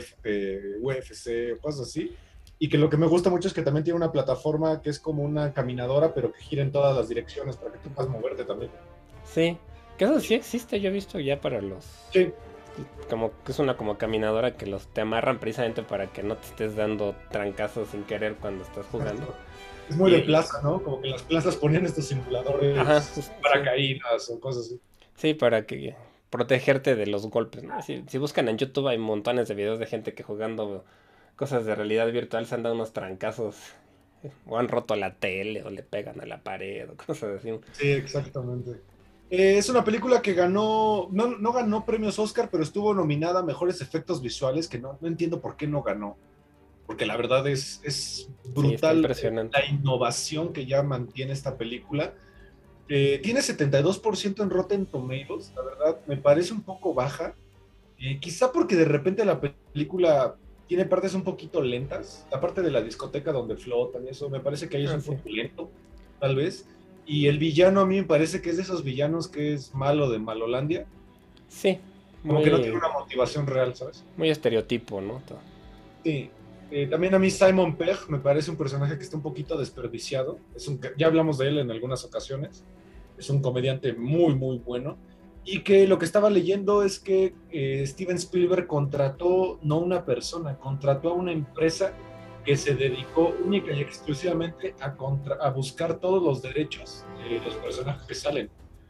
Speaker 2: UFC o cosas así. Y que lo que me gusta mucho es que también tiene una plataforma que es como una caminadora, pero que gira en todas las direcciones para que tú puedas moverte también.
Speaker 3: Sí, que eso sí existe, yo he visto ya para los
Speaker 2: Sí,
Speaker 3: como que es una como caminadora que te amarran precisamente para que no te estés dando trancazos sin querer cuando estás jugando.
Speaker 2: Es muy de plaza, ¿no? Como que en las plazas ponían estos simuladores,
Speaker 3: ajá,
Speaker 2: paracaídas o cosas así.
Speaker 3: Sí, para que protegerte de los golpes, ¿no? Si buscan en YouTube hay montones de videos de gente que jugando cosas de realidad virtual se han dado unos trancazos o han roto la tele o le pegan a la pared o cosas así.
Speaker 2: Sí, exactamente. Es una película que no ganó premios Oscar, pero estuvo nominada a mejores efectos visuales, que no entiendo por qué no ganó, porque la verdad es brutal la innovación que ya mantiene esta película. Tiene 72% en Rotten Tomatoes, la verdad me parece un poco baja, quizá porque de repente la película tiene partes un poquito lentas, la parte de la discoteca donde flotan y eso, me parece que ahí es un poco lento, tal vez. Y el villano a mí me parece que es de esos villanos que es malo de Malolandia.
Speaker 3: Sí.
Speaker 2: Como que no tiene una motivación real, ¿sabes?
Speaker 3: Muy estereotipo, ¿no?
Speaker 2: Sí. También a mí Simon Pegg me parece un personaje que está un poquito desperdiciado. Ya hablamos de él en algunas ocasiones. Es un comediante muy, muy bueno. Y que lo que estaba leyendo es que Steven Spielberg contrató, no una persona, contrató a una empresa que se dedicó única y exclusivamente a buscar todos los derechos de los personajes que salen.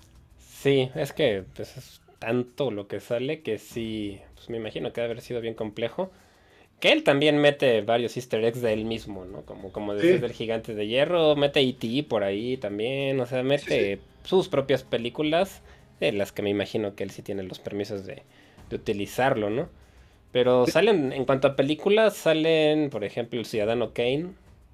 Speaker 3: Sí, es que pues, es tanto lo que sale que sí, pues me imagino que debe haber sido bien complejo. Que él también mete varios easter eggs de él mismo, ¿no? Como decías del Gigante de Hierro, mete E.T. por ahí también, o sea, mete sus propias películas, de las que me imagino que él sí tiene los permisos de utilizarlo, ¿no? Pero salen, en cuanto a películas, salen, por ejemplo, El Ciudadano Kane,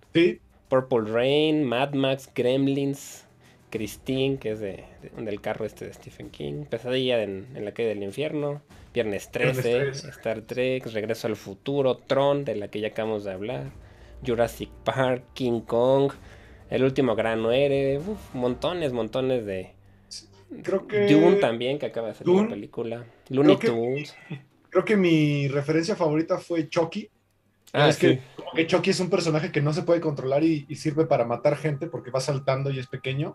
Speaker 3: Purple Rain, Mad Max, Gremlins, Christine, que es del carro este de Stephen King, Pesadilla en la calle del infierno, Viernes 13, Star Trek, Regreso al futuro, Tron, de la que ya acabamos de hablar, Jurassic Park, King Kong, El último gran héroe, montones de...
Speaker 2: Creo que...
Speaker 3: Dune también, que acaba de salir una película, Looney Tunes.
Speaker 2: Creo que mi referencia favorita fue Chucky. Es que como que Chucky es un personaje que no se puede controlar y sirve para matar gente porque va saltando y es pequeño.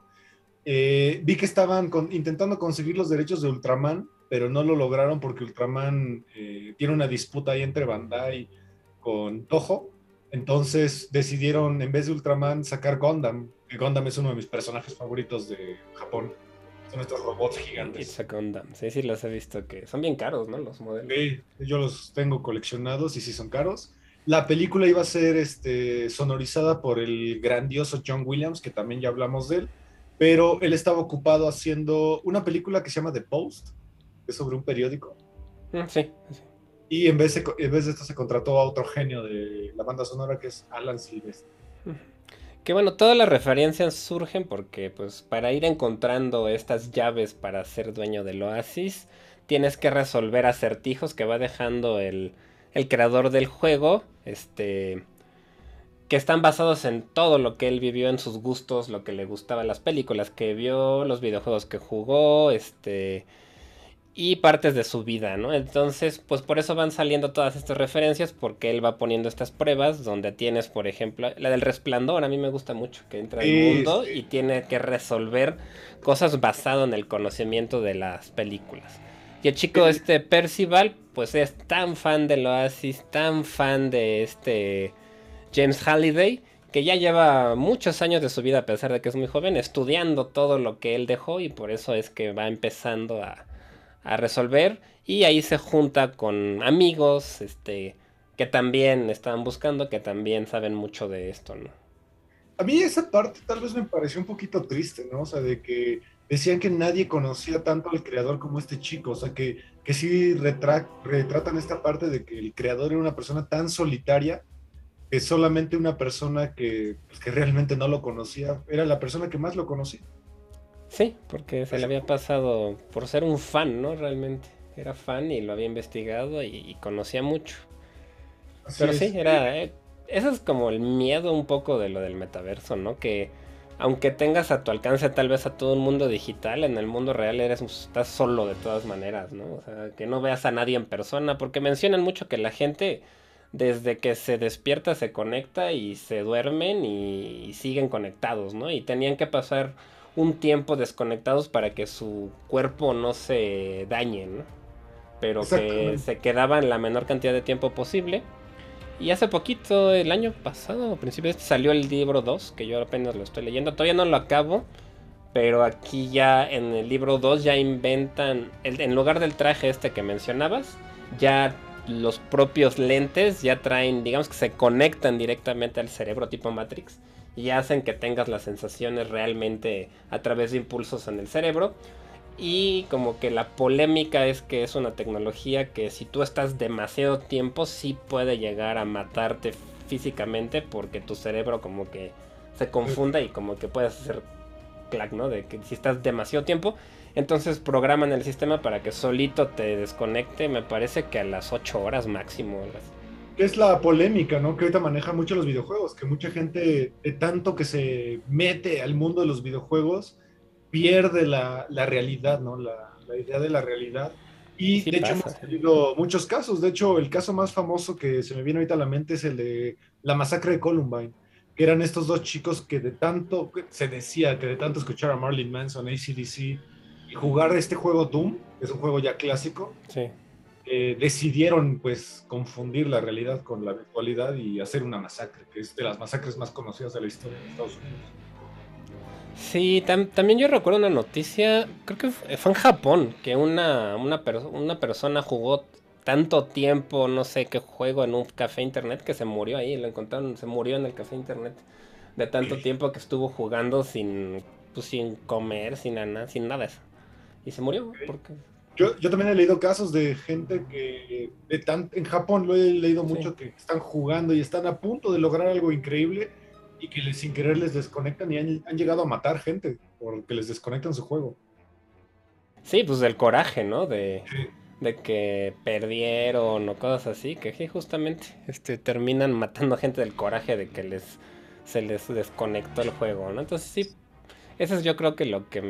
Speaker 2: Vi que estaban intentando conseguir los derechos de Ultraman, pero no lo lograron porque Ultraman tiene una disputa ahí entre Bandai con Toho. Entonces decidieron, en vez de Ultraman, sacar Gundam. Que Gundam es uno de mis personajes favoritos de Japón. Son estos robots gigantes.
Speaker 3: It's a Gundam. Sí, los he visto que son bien caros, ¿no? Los modelos.
Speaker 2: Sí, yo los tengo coleccionados y sí son caros. La película iba a ser sonorizada por el grandioso John Williams, que también ya hablamos de él, pero él estaba ocupado haciendo una película que se llama The Post, que es sobre un periódico.
Speaker 3: Sí.
Speaker 2: Y en vez de esto se contrató a otro genio de la banda sonora, que es Alan Silvestri.
Speaker 3: Que bueno, todas las referencias surgen porque pues para ir encontrando estas llaves para ser dueño del Oasis, tienes que resolver acertijos que va dejando el creador del juego, que están basados en todo lo que él vivió, en sus gustos, lo que le gustaba, las películas que vio, los videojuegos que jugó, y partes de su vida, ¿no? Entonces, pues por eso van saliendo todas estas referencias, porque él va poniendo estas pruebas, donde tienes, por ejemplo, la del Resplandor, a mí me gusta mucho, que entra al mundo y tiene que resolver cosas basado en el conocimiento de las películas. Y el chico Percival, pues es tan fan del Oasis, tan fan de James Halliday, que ya lleva muchos años de su vida, a pesar de que es muy joven, estudiando todo lo que él dejó, y por eso es que va empezando a resolver, y ahí se junta con amigos que también estaban buscando, que también saben mucho de esto, ¿no?
Speaker 2: A mí esa parte tal vez me pareció un poquito triste, ¿no? O sea, de que decían que nadie conocía tanto al creador como este chico, o sea, que sí retratan esta parte de que el creador era una persona tan solitaria que solamente una persona que realmente no lo conocía era la persona que más lo conocía.
Speaker 3: Sí, porque se le había pasado por ser un fan, ¿no? Realmente era fan y lo había investigado y conocía mucho. Pero sí, eso es como el miedo un poco de lo del metaverso, ¿no? Que aunque tengas a tu alcance tal vez a todo un mundo digital, en el mundo real estás solo de todas maneras, ¿no? O sea, que no veas a nadie en persona, porque mencionan mucho que la gente desde que se despierta se conecta y se duermen y siguen conectados, ¿no? Y tenían que pasar un tiempo desconectados para que su cuerpo no se dañe, ¿no? pero que se quedaba en la menor cantidad de tiempo posible. Y hace poquito, el año pasado, a principios, salió el libro 2, que yo apenas lo estoy leyendo. Todavía no lo acabo, pero aquí ya en el libro 2 ya inventan, en lugar del traje este que mencionabas, ya los propios lentes ya traen, digamos que se conectan directamente al cerebro tipo Matrix y hacen que tengas las sensaciones realmente a través de impulsos en el cerebro. Y como que la polémica es que es una tecnología que si tú estás demasiado tiempo sí puede llegar a matarte físicamente, porque tu cerebro como que se confunda y como que puedes hacer clac, ¿no? De que si estás demasiado tiempo, entonces programan el sistema para que solito te desconecte, me parece que a las 8 horas máximo.
Speaker 2: Es la polémica, ¿no? Que ahorita maneja mucho los videojuegos, que mucha gente de tanto que se mete al mundo de los videojuegos pierde la realidad, ¿no? La idea de la realidad. Y
Speaker 3: Sí
Speaker 2: de hecho
Speaker 3: pasa.
Speaker 2: hemos tenido muchos casos. De hecho, el caso más famoso que se me viene ahorita a la mente es el de la masacre de Columbine, que eran estos dos chicos que de tanto, que se decía que de tanto escuchar a Marilyn Manson, AC/DC y jugar este juego Doom, que es un juego ya clásico,
Speaker 3: Sí.
Speaker 2: decidieron pues confundir la realidad con la virtualidad y hacer una masacre, que es de las masacres más conocidas de la historia de Estados Unidos.
Speaker 3: Sí, también yo recuerdo una noticia, creo que fue en Japón, que una persona jugó tanto tiempo, no sé qué juego, en un café internet, que se murió ahí, lo encontraron, se murió en el café internet, de tanto tiempo que estuvo jugando sin comer, sin nada eso. Y se murió, porque
Speaker 2: Yo también he leído casos de gente que en Japón lo he leído
Speaker 3: sí.
Speaker 2: mucho, que están jugando y están a punto de lograr algo increíble y que sin querer les desconectan y han llegado a matar gente porque les desconectan su juego.
Speaker 3: Sí, pues del coraje, ¿no? De,
Speaker 2: Sí.
Speaker 3: de que perdieron o cosas así, que sí, justamente terminan matando gente del coraje de que se les desconectó el juego, ¿no? Entonces sí, eso es yo creo que lo que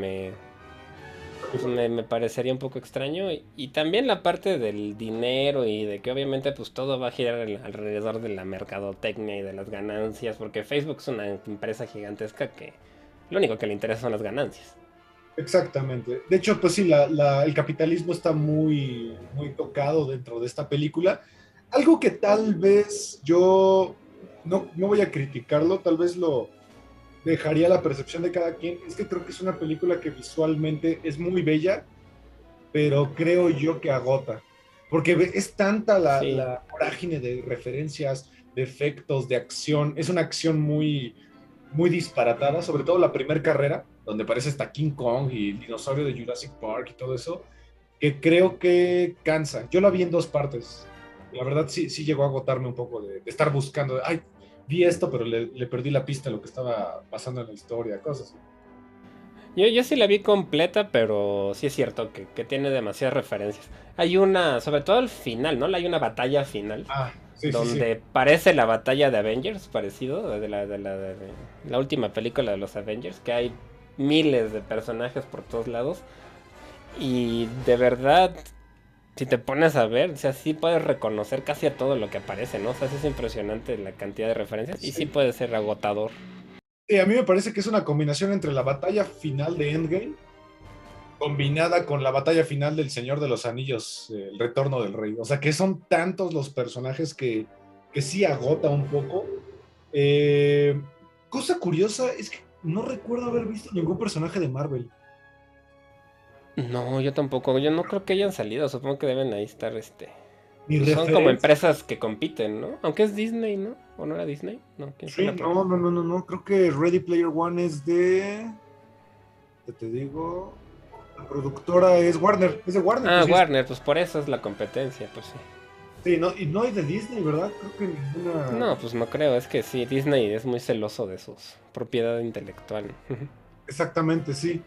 Speaker 3: me parecería un poco extraño. Y también la parte del dinero y de que obviamente pues todo va a girar alrededor de la mercadotecnia y de las ganancias, porque Facebook es una empresa gigantesca que lo único que le interesa son las ganancias.
Speaker 2: Exactamente. De hecho, pues sí, el capitalismo está muy, muy tocado dentro de esta película. Algo que tal vez yo no voy a criticarlo, tal vez lo dejaría a la percepción de cada quien. Es que creo que es una película que visualmente es muy bella, pero creo yo que agota. Porque es tanta
Speaker 3: Sí,
Speaker 2: la vorágine de referencias, de efectos, de acción. Es una acción muy, muy disparatada, sobre todo la primera carrera, donde aparece hasta King Kong y el dinosaurio de Jurassic Park y todo eso, que creo que cansa. Yo la vi en dos partes. La verdad sí llegó a agotarme un poco de estar buscando. Ay, vi esto, pero le perdí la pista de lo que estaba pasando en la historia, cosas así.
Speaker 3: yo sí la vi completa, pero sí es cierto que tiene demasiadas referencias. Hay una, sobre todo al final, ¿no? Hay una batalla final
Speaker 2: Ah, sí, sí, sí.
Speaker 3: donde parece la batalla de Avengers, parecido, de la última película de los Avengers, que hay miles de personajes por todos lados. Y de verdad, si te pones a ver, o sea, sí puedes reconocer casi a todo lo que aparece, ¿no? O sea, sí es impresionante la cantidad de referencias y sí
Speaker 2: Sí.
Speaker 3: puede ser agotador.
Speaker 2: A mí me parece que es una combinación entre la batalla final de Endgame combinada con la batalla final del Señor de los Anillos, el retorno del rey. O sea, que son tantos los personajes que sí agota un poco. Eh, Cosa curiosa es que no recuerdo haber visto ningún personaje de Marvel.
Speaker 3: No, yo tampoco, yo no creo que hayan salido, supongo que deben ahí estar,
Speaker 2: Ni
Speaker 3: pues son como
Speaker 2: referencia.
Speaker 3: empresas que compiten, ¿no? Aunque es Disney, ¿no? ¿O no era Disney? No, ¿quién fue
Speaker 2: Sí,
Speaker 3: la
Speaker 2: no, no, no, no, no. Creo que Ready Player One es de. Te digo. La productora es Warner. Es de Warner,
Speaker 3: Ah,
Speaker 2: pues sí.
Speaker 3: Warner, pues por eso es la competencia, pues sí.
Speaker 2: Sí, no, y no hay de Disney, ¿verdad? Creo que ninguna.
Speaker 3: No, pues no creo, es que sí, Disney es muy celoso de su propiedad intelectual.
Speaker 2: Exactamente, sí.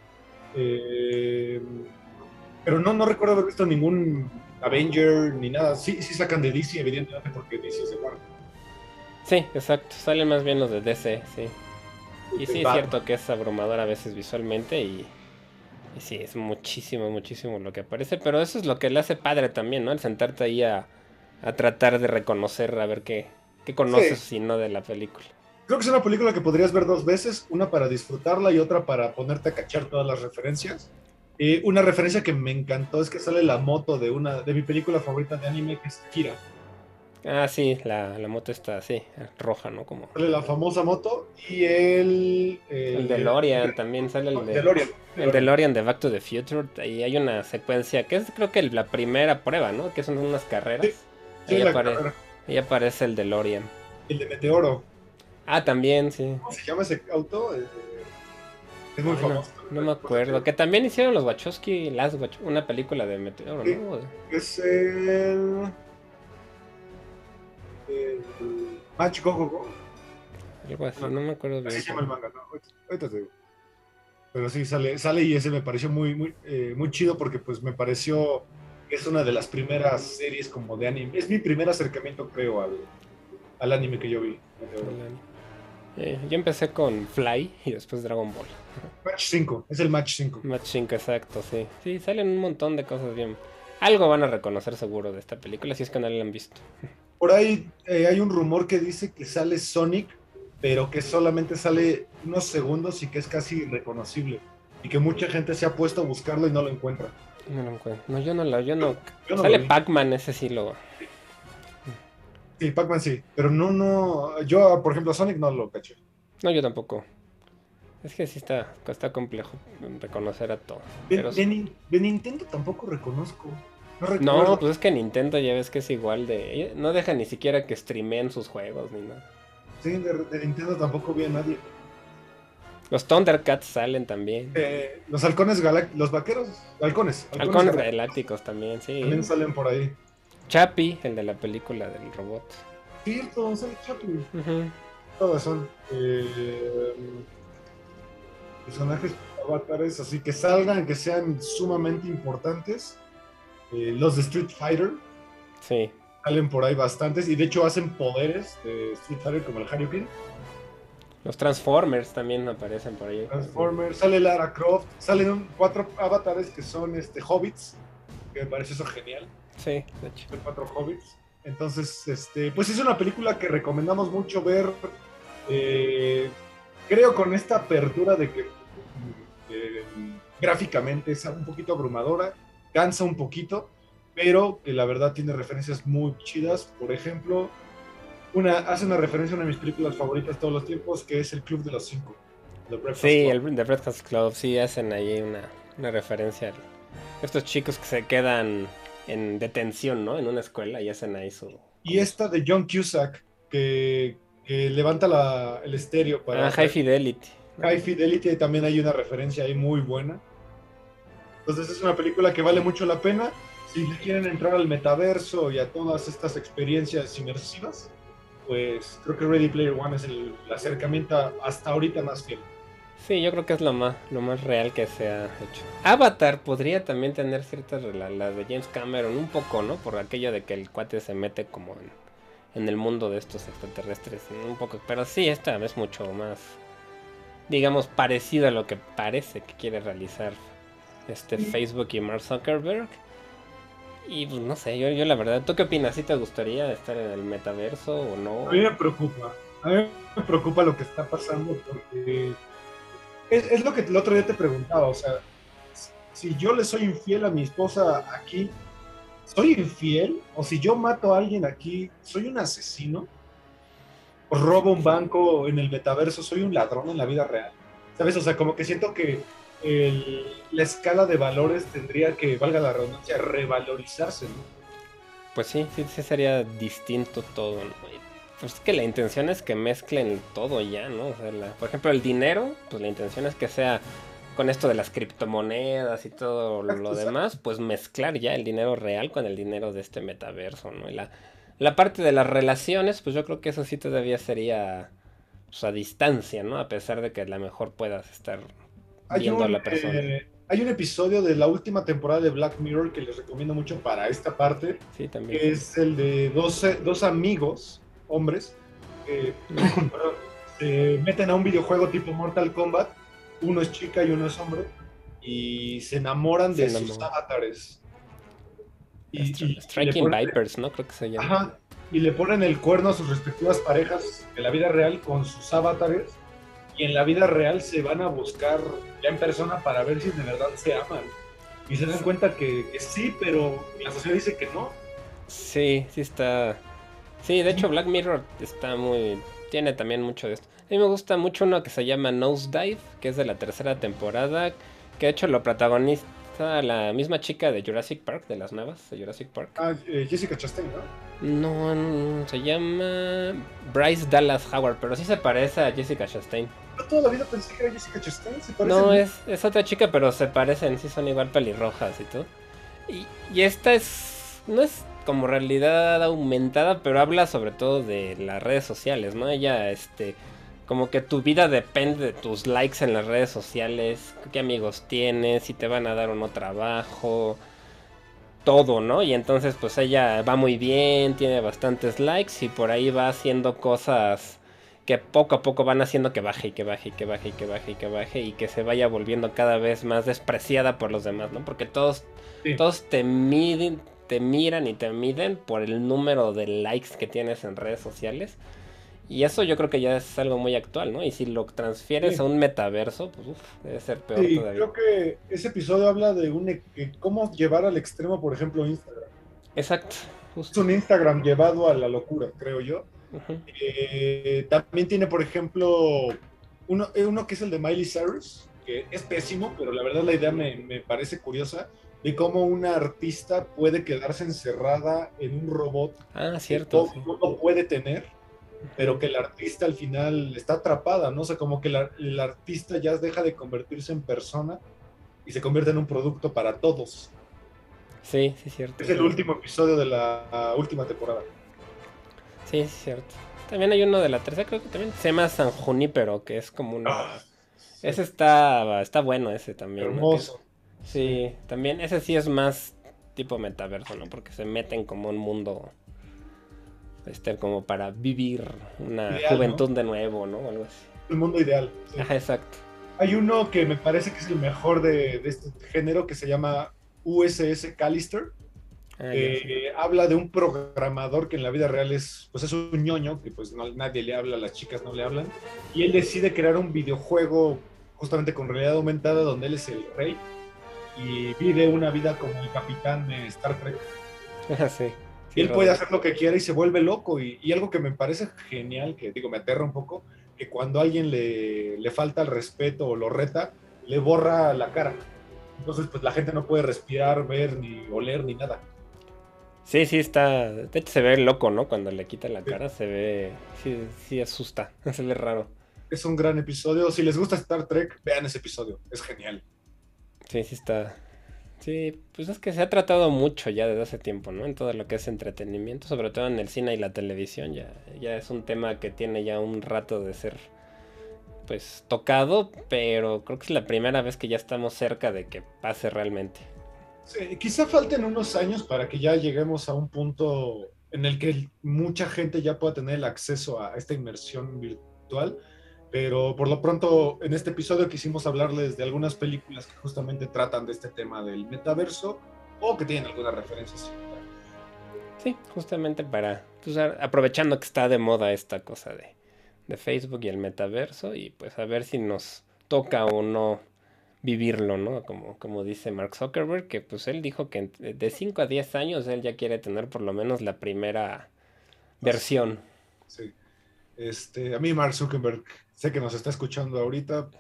Speaker 2: Eh, pero no recuerdo haber visto ningún Avenger ni nada. Sí, sí sacan de DC, evidentemente, porque DC es de Warner.
Speaker 3: Sí, exacto, salen más bien los de DC, sí. Y
Speaker 2: De
Speaker 3: sí, es
Speaker 2: Batman.
Speaker 3: cierto que es abrumador a veces visualmente y sí, es muchísimo, muchísimo lo que aparece, pero eso es lo que le hace padre también, ¿no? El sentarte ahí a tratar de reconocer, a ver qué conoces
Speaker 2: Sí,
Speaker 3: si no de la película.
Speaker 2: creo que es una película que podrías ver dos veces, una para disfrutarla y otra para ponerte a cachar todas las referencias. Una referencia que me encantó es que sale la moto de mi película favorita de anime, que es Kira.
Speaker 3: Ah, sí, la moto está así, roja, ¿no? Como
Speaker 2: Sale la famosa moto y
Speaker 3: el DeLorean, también sale el DeLorean de Back to the Future. Ahí hay una secuencia que es creo que la primera prueba, ¿no? Que son unas carreras.
Speaker 2: Sí,
Speaker 3: ahí aparece el DeLorean.
Speaker 2: El de Meteoro.
Speaker 3: Ah, también, sí.
Speaker 2: ¿Cómo se llama ese auto? Es muy famoso.
Speaker 3: No me acuerdo. Que también hicieron los Wachowski, una película de Meteoro,
Speaker 2: Sí,
Speaker 3: ¿no?
Speaker 2: es el Match Go Go Go.
Speaker 3: Algo así, no me acuerdo bien.
Speaker 2: Así se llama el manga, ¿no? Ahorita te digo. Pero sí, sale y ese me pareció muy chido porque pues me pareció que es una de las primeras series como de anime. Es mi primer acercamiento, creo, al anime que yo vi.
Speaker 3: Yo empecé con Fly y después Dragon Ball.
Speaker 2: Match 5, es el Match 5.
Speaker 3: Match 5, exacto, sí. Sí, salen un montón de cosas bien. Algo van a reconocer seguro de esta película, si es que no la han visto.
Speaker 2: Por ahí hay un rumor que dice que sale Sonic, pero que solamente sale unos segundos y que es casi irreconocible. Y que mucha gente se ha puesto a buscarlo y no lo encuentra.
Speaker 3: No lo encuentro. No, yo no sale Pac-Man, ese sí lo...
Speaker 2: Sí, Pac-Man sí, pero no, yo por ejemplo Sonic no lo caché.
Speaker 3: No, yo tampoco. Es que sí está complejo reconocer a todo.
Speaker 2: De Nintendo tampoco reconozco.
Speaker 3: No, pues es que Nintendo ya ves que es igual de... No deja ni siquiera que streameen sus juegos ni nada.
Speaker 2: Sí, de Nintendo tampoco vi a nadie.
Speaker 3: Los Thundercats salen también.
Speaker 2: Los halcones los vaqueros, halcones
Speaker 3: galácticos también, sí.
Speaker 2: También salen por ahí.
Speaker 3: Chappie, el de la película del robot.
Speaker 2: Cierto, sale Chappie. Todos son personajes avatares, así que salgan, que sean sumamente importantes. Los de Street Fighter.
Speaker 3: Sí.
Speaker 2: Salen por ahí bastantes y de hecho hacen poderes de Street Fighter como el Hadouken.
Speaker 3: Los Transformers también aparecen por ahí.
Speaker 2: Transformers, sale Lara Croft, salen 4 avatares que son hobbits, que me parece eso genial.
Speaker 3: Sí, de hecho.
Speaker 2: 4 hobbits. Entonces, pues es una película que recomendamos mucho ver. Creo con esta apertura de que gráficamente es un poquito abrumadora, cansa un poquito, pero que la verdad tiene referencias muy chidas. Por ejemplo, hace una referencia a una de mis películas favoritas de todos los tiempos, que es El Club de los Cinco.
Speaker 3: Sí, el The Breakfast Club, sí hacen ahí una referencia a estos chicos que se quedan en detención, ¿no? En una escuela y hacen ahí su...
Speaker 2: Y esta de John Cusack, que levanta el estéreo para...
Speaker 3: High Fidelity.
Speaker 2: High Fidelity, también hay una referencia ahí muy buena. Entonces es una película que vale mucho la pena. Si quieren entrar al metaverso y a todas estas experiencias inmersivas, pues creo que Ready Player One es el acercamiento hasta ahorita más fiel.
Speaker 3: Sí, yo creo que es lo más real que se ha hecho. Avatar podría también tener ciertas la de James Cameron, un poco, ¿no? Por aquello de que el cuate se mete como en el mundo de estos extraterrestres, ¿no? Un poco. Pero sí, esta es mucho más, digamos, parecido a lo que parece que quiere realizar Facebook y Mark Zuckerberg. Y pues no sé, yo la verdad, ¿tú qué opinas? ¿Sí te gustaría estar en el metaverso o no?
Speaker 2: A mí me preocupa lo que está pasando porque es lo que el otro día te preguntaba, o sea, si yo le soy infiel a mi esposa aquí, ¿soy infiel? O si yo mato a alguien aquí, ¿soy un asesino? ¿O robo un banco en el metaverso? ¿Soy un ladrón en la vida real? ¿Sabes? O sea, como que siento que la escala de valores tendría que, valga la redundancia, revalorizarse, ¿no?
Speaker 3: Pues sí sería distinto todo, ¿no? Pues es que la intención es que mezclen todo ya, ¿no? O sea, por ejemplo, el dinero, pues la intención es que sea con esto de las criptomonedas y todo lo demás, pues mezclar ya el dinero real con el dinero de este metaverso, ¿no? Y la parte de las relaciones, pues yo creo que eso sí todavía sería, pues, a distancia, ¿no? A pesar de que a lo mejor puedas estar viendo a la persona.
Speaker 2: Hay un episodio de la última temporada de Black Mirror que les recomiendo mucho para esta parte,
Speaker 3: sí, también.
Speaker 2: Que es el de dos amigos, hombres, que se meten a un videojuego tipo Mortal Kombat. Uno es chica y uno es hombre, y se enamoran de sus avatares.
Speaker 3: Striking Vipers, ¿no? Creo que se llama.
Speaker 2: Ajá, y le ponen el cuerno a sus respectivas parejas de la vida real con sus avatares, y en la vida real se van a buscar ya en persona para ver si de verdad se aman. y se dan cuenta que sí, pero la sociedad dice que no.
Speaker 3: Sí, sí está. Sí, de hecho Black Mirror está muy... Tiene también mucho de esto. A mí me gusta mucho uno que se llama Nosedive, que es de la tercera temporada, que de hecho lo protagoniza la misma chica de Jurassic Park, de las nuevas de Jurassic Park.
Speaker 2: Jessica Chastain, ¿no?
Speaker 3: No, se llama Bryce Dallas Howard, pero sí se parece a Jessica Chastain.
Speaker 2: Yo toda la vida pensé que era Jessica Chastain, se parece.
Speaker 3: No, es otra chica, pero se parecen, sí son igual pelirrojas y todo. Y esta no es como realidad aumentada, pero habla sobre todo de las redes sociales, ¿no? Ella, como que tu vida depende de tus likes en las redes sociales, qué amigos tienes, si te van a dar o no trabajo, todo, ¿no? Y entonces pues ella va muy bien, tiene bastantes likes y por ahí va haciendo cosas que poco a poco van haciendo que baje y que baje y que baje y que baje y que baje y que se vaya volviendo cada vez más despreciada por los demás, ¿no? Porque todos te miran y te miden por el número de likes que tienes en redes sociales. Y eso yo creo que ya es algo muy actual, ¿no? Y si lo transfieres a un metaverso, pues debe ser peor todavía.
Speaker 2: Creo que ese episodio habla de cómo llevar al extremo, por ejemplo, Instagram.
Speaker 3: Exacto.
Speaker 2: Justo. Es un Instagram llevado a la locura, creo yo. También tiene, por ejemplo, uno que es el de Miley Cyrus, que es pésimo, pero la verdad la idea me parece curiosa, de cómo una artista puede quedarse encerrada en un robot
Speaker 3: cierto,
Speaker 2: que todo mundo puede tener, pero que el artista al final está atrapada, ¿no? O sea, como que el artista ya deja de convertirse en persona y se convierte en un producto para todos.
Speaker 3: Sí, sí, cierto.
Speaker 2: Es el último episodio de la última temporada.
Speaker 3: Sí, es cierto. También hay uno de la tercera, creo que también se llama San Junípero, que es como una... Sí. Ese está bueno, ese también.
Speaker 2: Hermoso.
Speaker 3: ¿No? Sí, también ese sí es más tipo metaverso, ¿no? Porque se meten como un mundo como para vivir una ideal, juventud, ¿no? De nuevo, ¿no? Algo así.
Speaker 2: El mundo ideal.
Speaker 3: Sí. Ajá, exacto.
Speaker 2: Hay uno que me parece que es el mejor de este género que se llama USS Callister. Habla de un programador que en la vida real es un ñoño, que pues nadie le habla, las chicas no le hablan, y él decide crear un videojuego justamente con realidad aumentada donde él es el rey y vive una vida como el capitán de Star Trek.
Speaker 3: Sí,
Speaker 2: y él puede hacer lo que quiera y se vuelve loco, y algo que me parece genial, que digo, me aterra un poco, que cuando a alguien le falta el respeto o lo reta, le borra la cara. Entonces pues la gente no puede respirar, ver, ni oler, ni nada.
Speaker 3: Sí, está. De hecho, se ve loco, ¿no? Cuando le quita la cara, se ve. Sí, asusta. Se ve raro.
Speaker 2: Es un gran episodio. Si les gusta Star Trek, vean ese episodio. Es genial.
Speaker 3: Sí, está. Sí, pues es que se ha tratado mucho ya desde hace tiempo, ¿no? En todo lo que es entretenimiento, sobre todo en el cine y la televisión. Ya es un tema que tiene ya un rato de ser, pues, tocado, pero creo que es la primera vez que ya estamos cerca de que pase realmente.
Speaker 2: Sí, quizá falten unos años para que ya lleguemos a un punto en el que mucha gente ya pueda tener el acceso a esta inmersión virtual, pero por lo pronto en este episodio quisimos hablarles de algunas películas que justamente tratan de este tema del metaverso o que tienen alguna referencia similar.
Speaker 3: Sí, justamente para, pues, aprovechando que está de moda esta cosa de Facebook y el metaverso, y pues a ver si nos toca o no vivirlo, ¿no? Como dice Mark Zuckerberg, que pues él dijo que de 5 a 10 años él ya quiere tener por lo menos la primera versión.
Speaker 2: Sí. A mí Mark Zuckerberg, sé que nos está escuchando ahorita.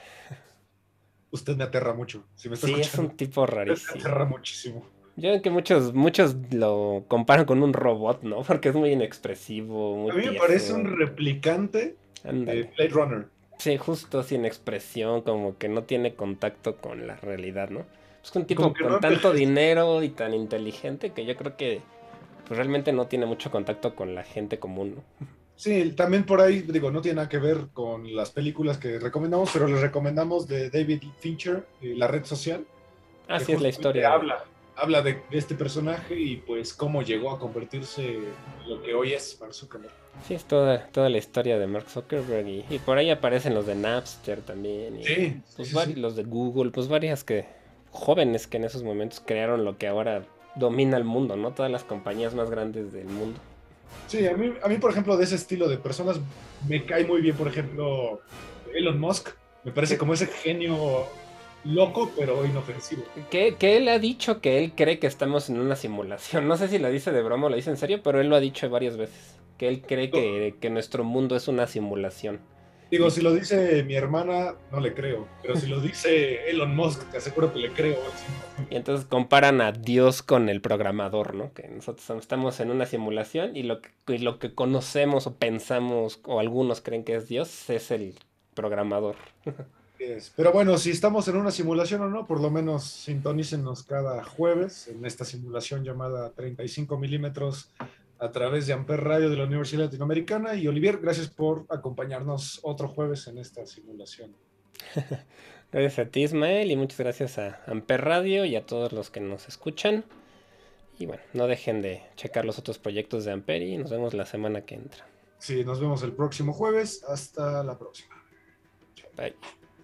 Speaker 2: Usted me aterra mucho. Si me está escuchando,
Speaker 3: es un tipo rarísimo.
Speaker 2: Me aterra muchísimo.
Speaker 3: Yo creo que muchos lo comparan con un robot, ¿no? Porque es muy inexpresivo, muy
Speaker 2: A mí me parece un replicante de Blade Runner.
Speaker 3: Sí, justo sin expresión, como que no tiene contacto con la realidad, ¿no? Es un tipo con tanto dinero y tan inteligente que yo creo que pues, realmente no tiene mucho contacto con la gente común, ¿no?
Speaker 2: Sí, también por ahí, digo, no tiene nada que ver con las películas que recomendamos, pero les recomendamos de David Fincher, La Red Social.
Speaker 3: Sí, es la historia.
Speaker 2: Habla de este personaje y pues cómo llegó a convertirse en lo que hoy es Mark Zuckerberg.
Speaker 3: Sí, es toda la historia de Mark Zuckerberg y por ahí aparecen los de Napster también. Y,
Speaker 2: sí,
Speaker 3: pues los de Google, pues varias jóvenes que en esos momentos crearon lo que ahora domina el mundo, ¿no? Todas las compañías más grandes del mundo.
Speaker 2: Sí, a mí, por ejemplo, de ese estilo de personas me cae muy bien, por ejemplo, Elon Musk. Me parece como ese genio loco, pero inofensivo.
Speaker 3: Que él ha dicho que él cree que estamos en una simulación. No sé si lo dice de broma o lo dice en serio, pero él lo ha dicho varias veces. Que él cree que nuestro mundo es una simulación.
Speaker 2: Digo, si lo dice mi hermana, no le creo. Pero si lo dice Elon Musk, te aseguro que le creo.
Speaker 3: Y entonces comparan a Dios con el programador, ¿no? Que nosotros estamos en una simulación y lo que conocemos o pensamos, o algunos creen que es Dios, es el programador.
Speaker 2: Pero bueno, si estamos en una simulación o no, por lo menos sintonícenos cada jueves en esta simulación llamada 35 milímetros a través de Amper Radio de la Universidad Latinoamericana. Y Olivier, gracias por acompañarnos otro jueves en esta simulación.
Speaker 3: Gracias a ti, Ismael, y muchas gracias a Amper Radio y a todos los que nos escuchan. Y bueno, no dejen de checar los otros proyectos de Amper y nos vemos la semana que entra.
Speaker 2: Sí, nos vemos el próximo jueves. Hasta la próxima.
Speaker 3: Chao. Bye.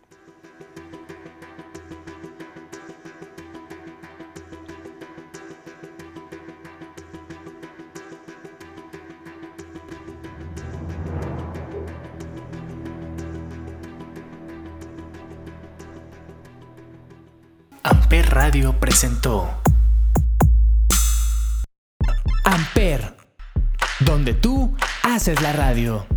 Speaker 1: Amper Radio presentó Amper, donde tú haces la radio.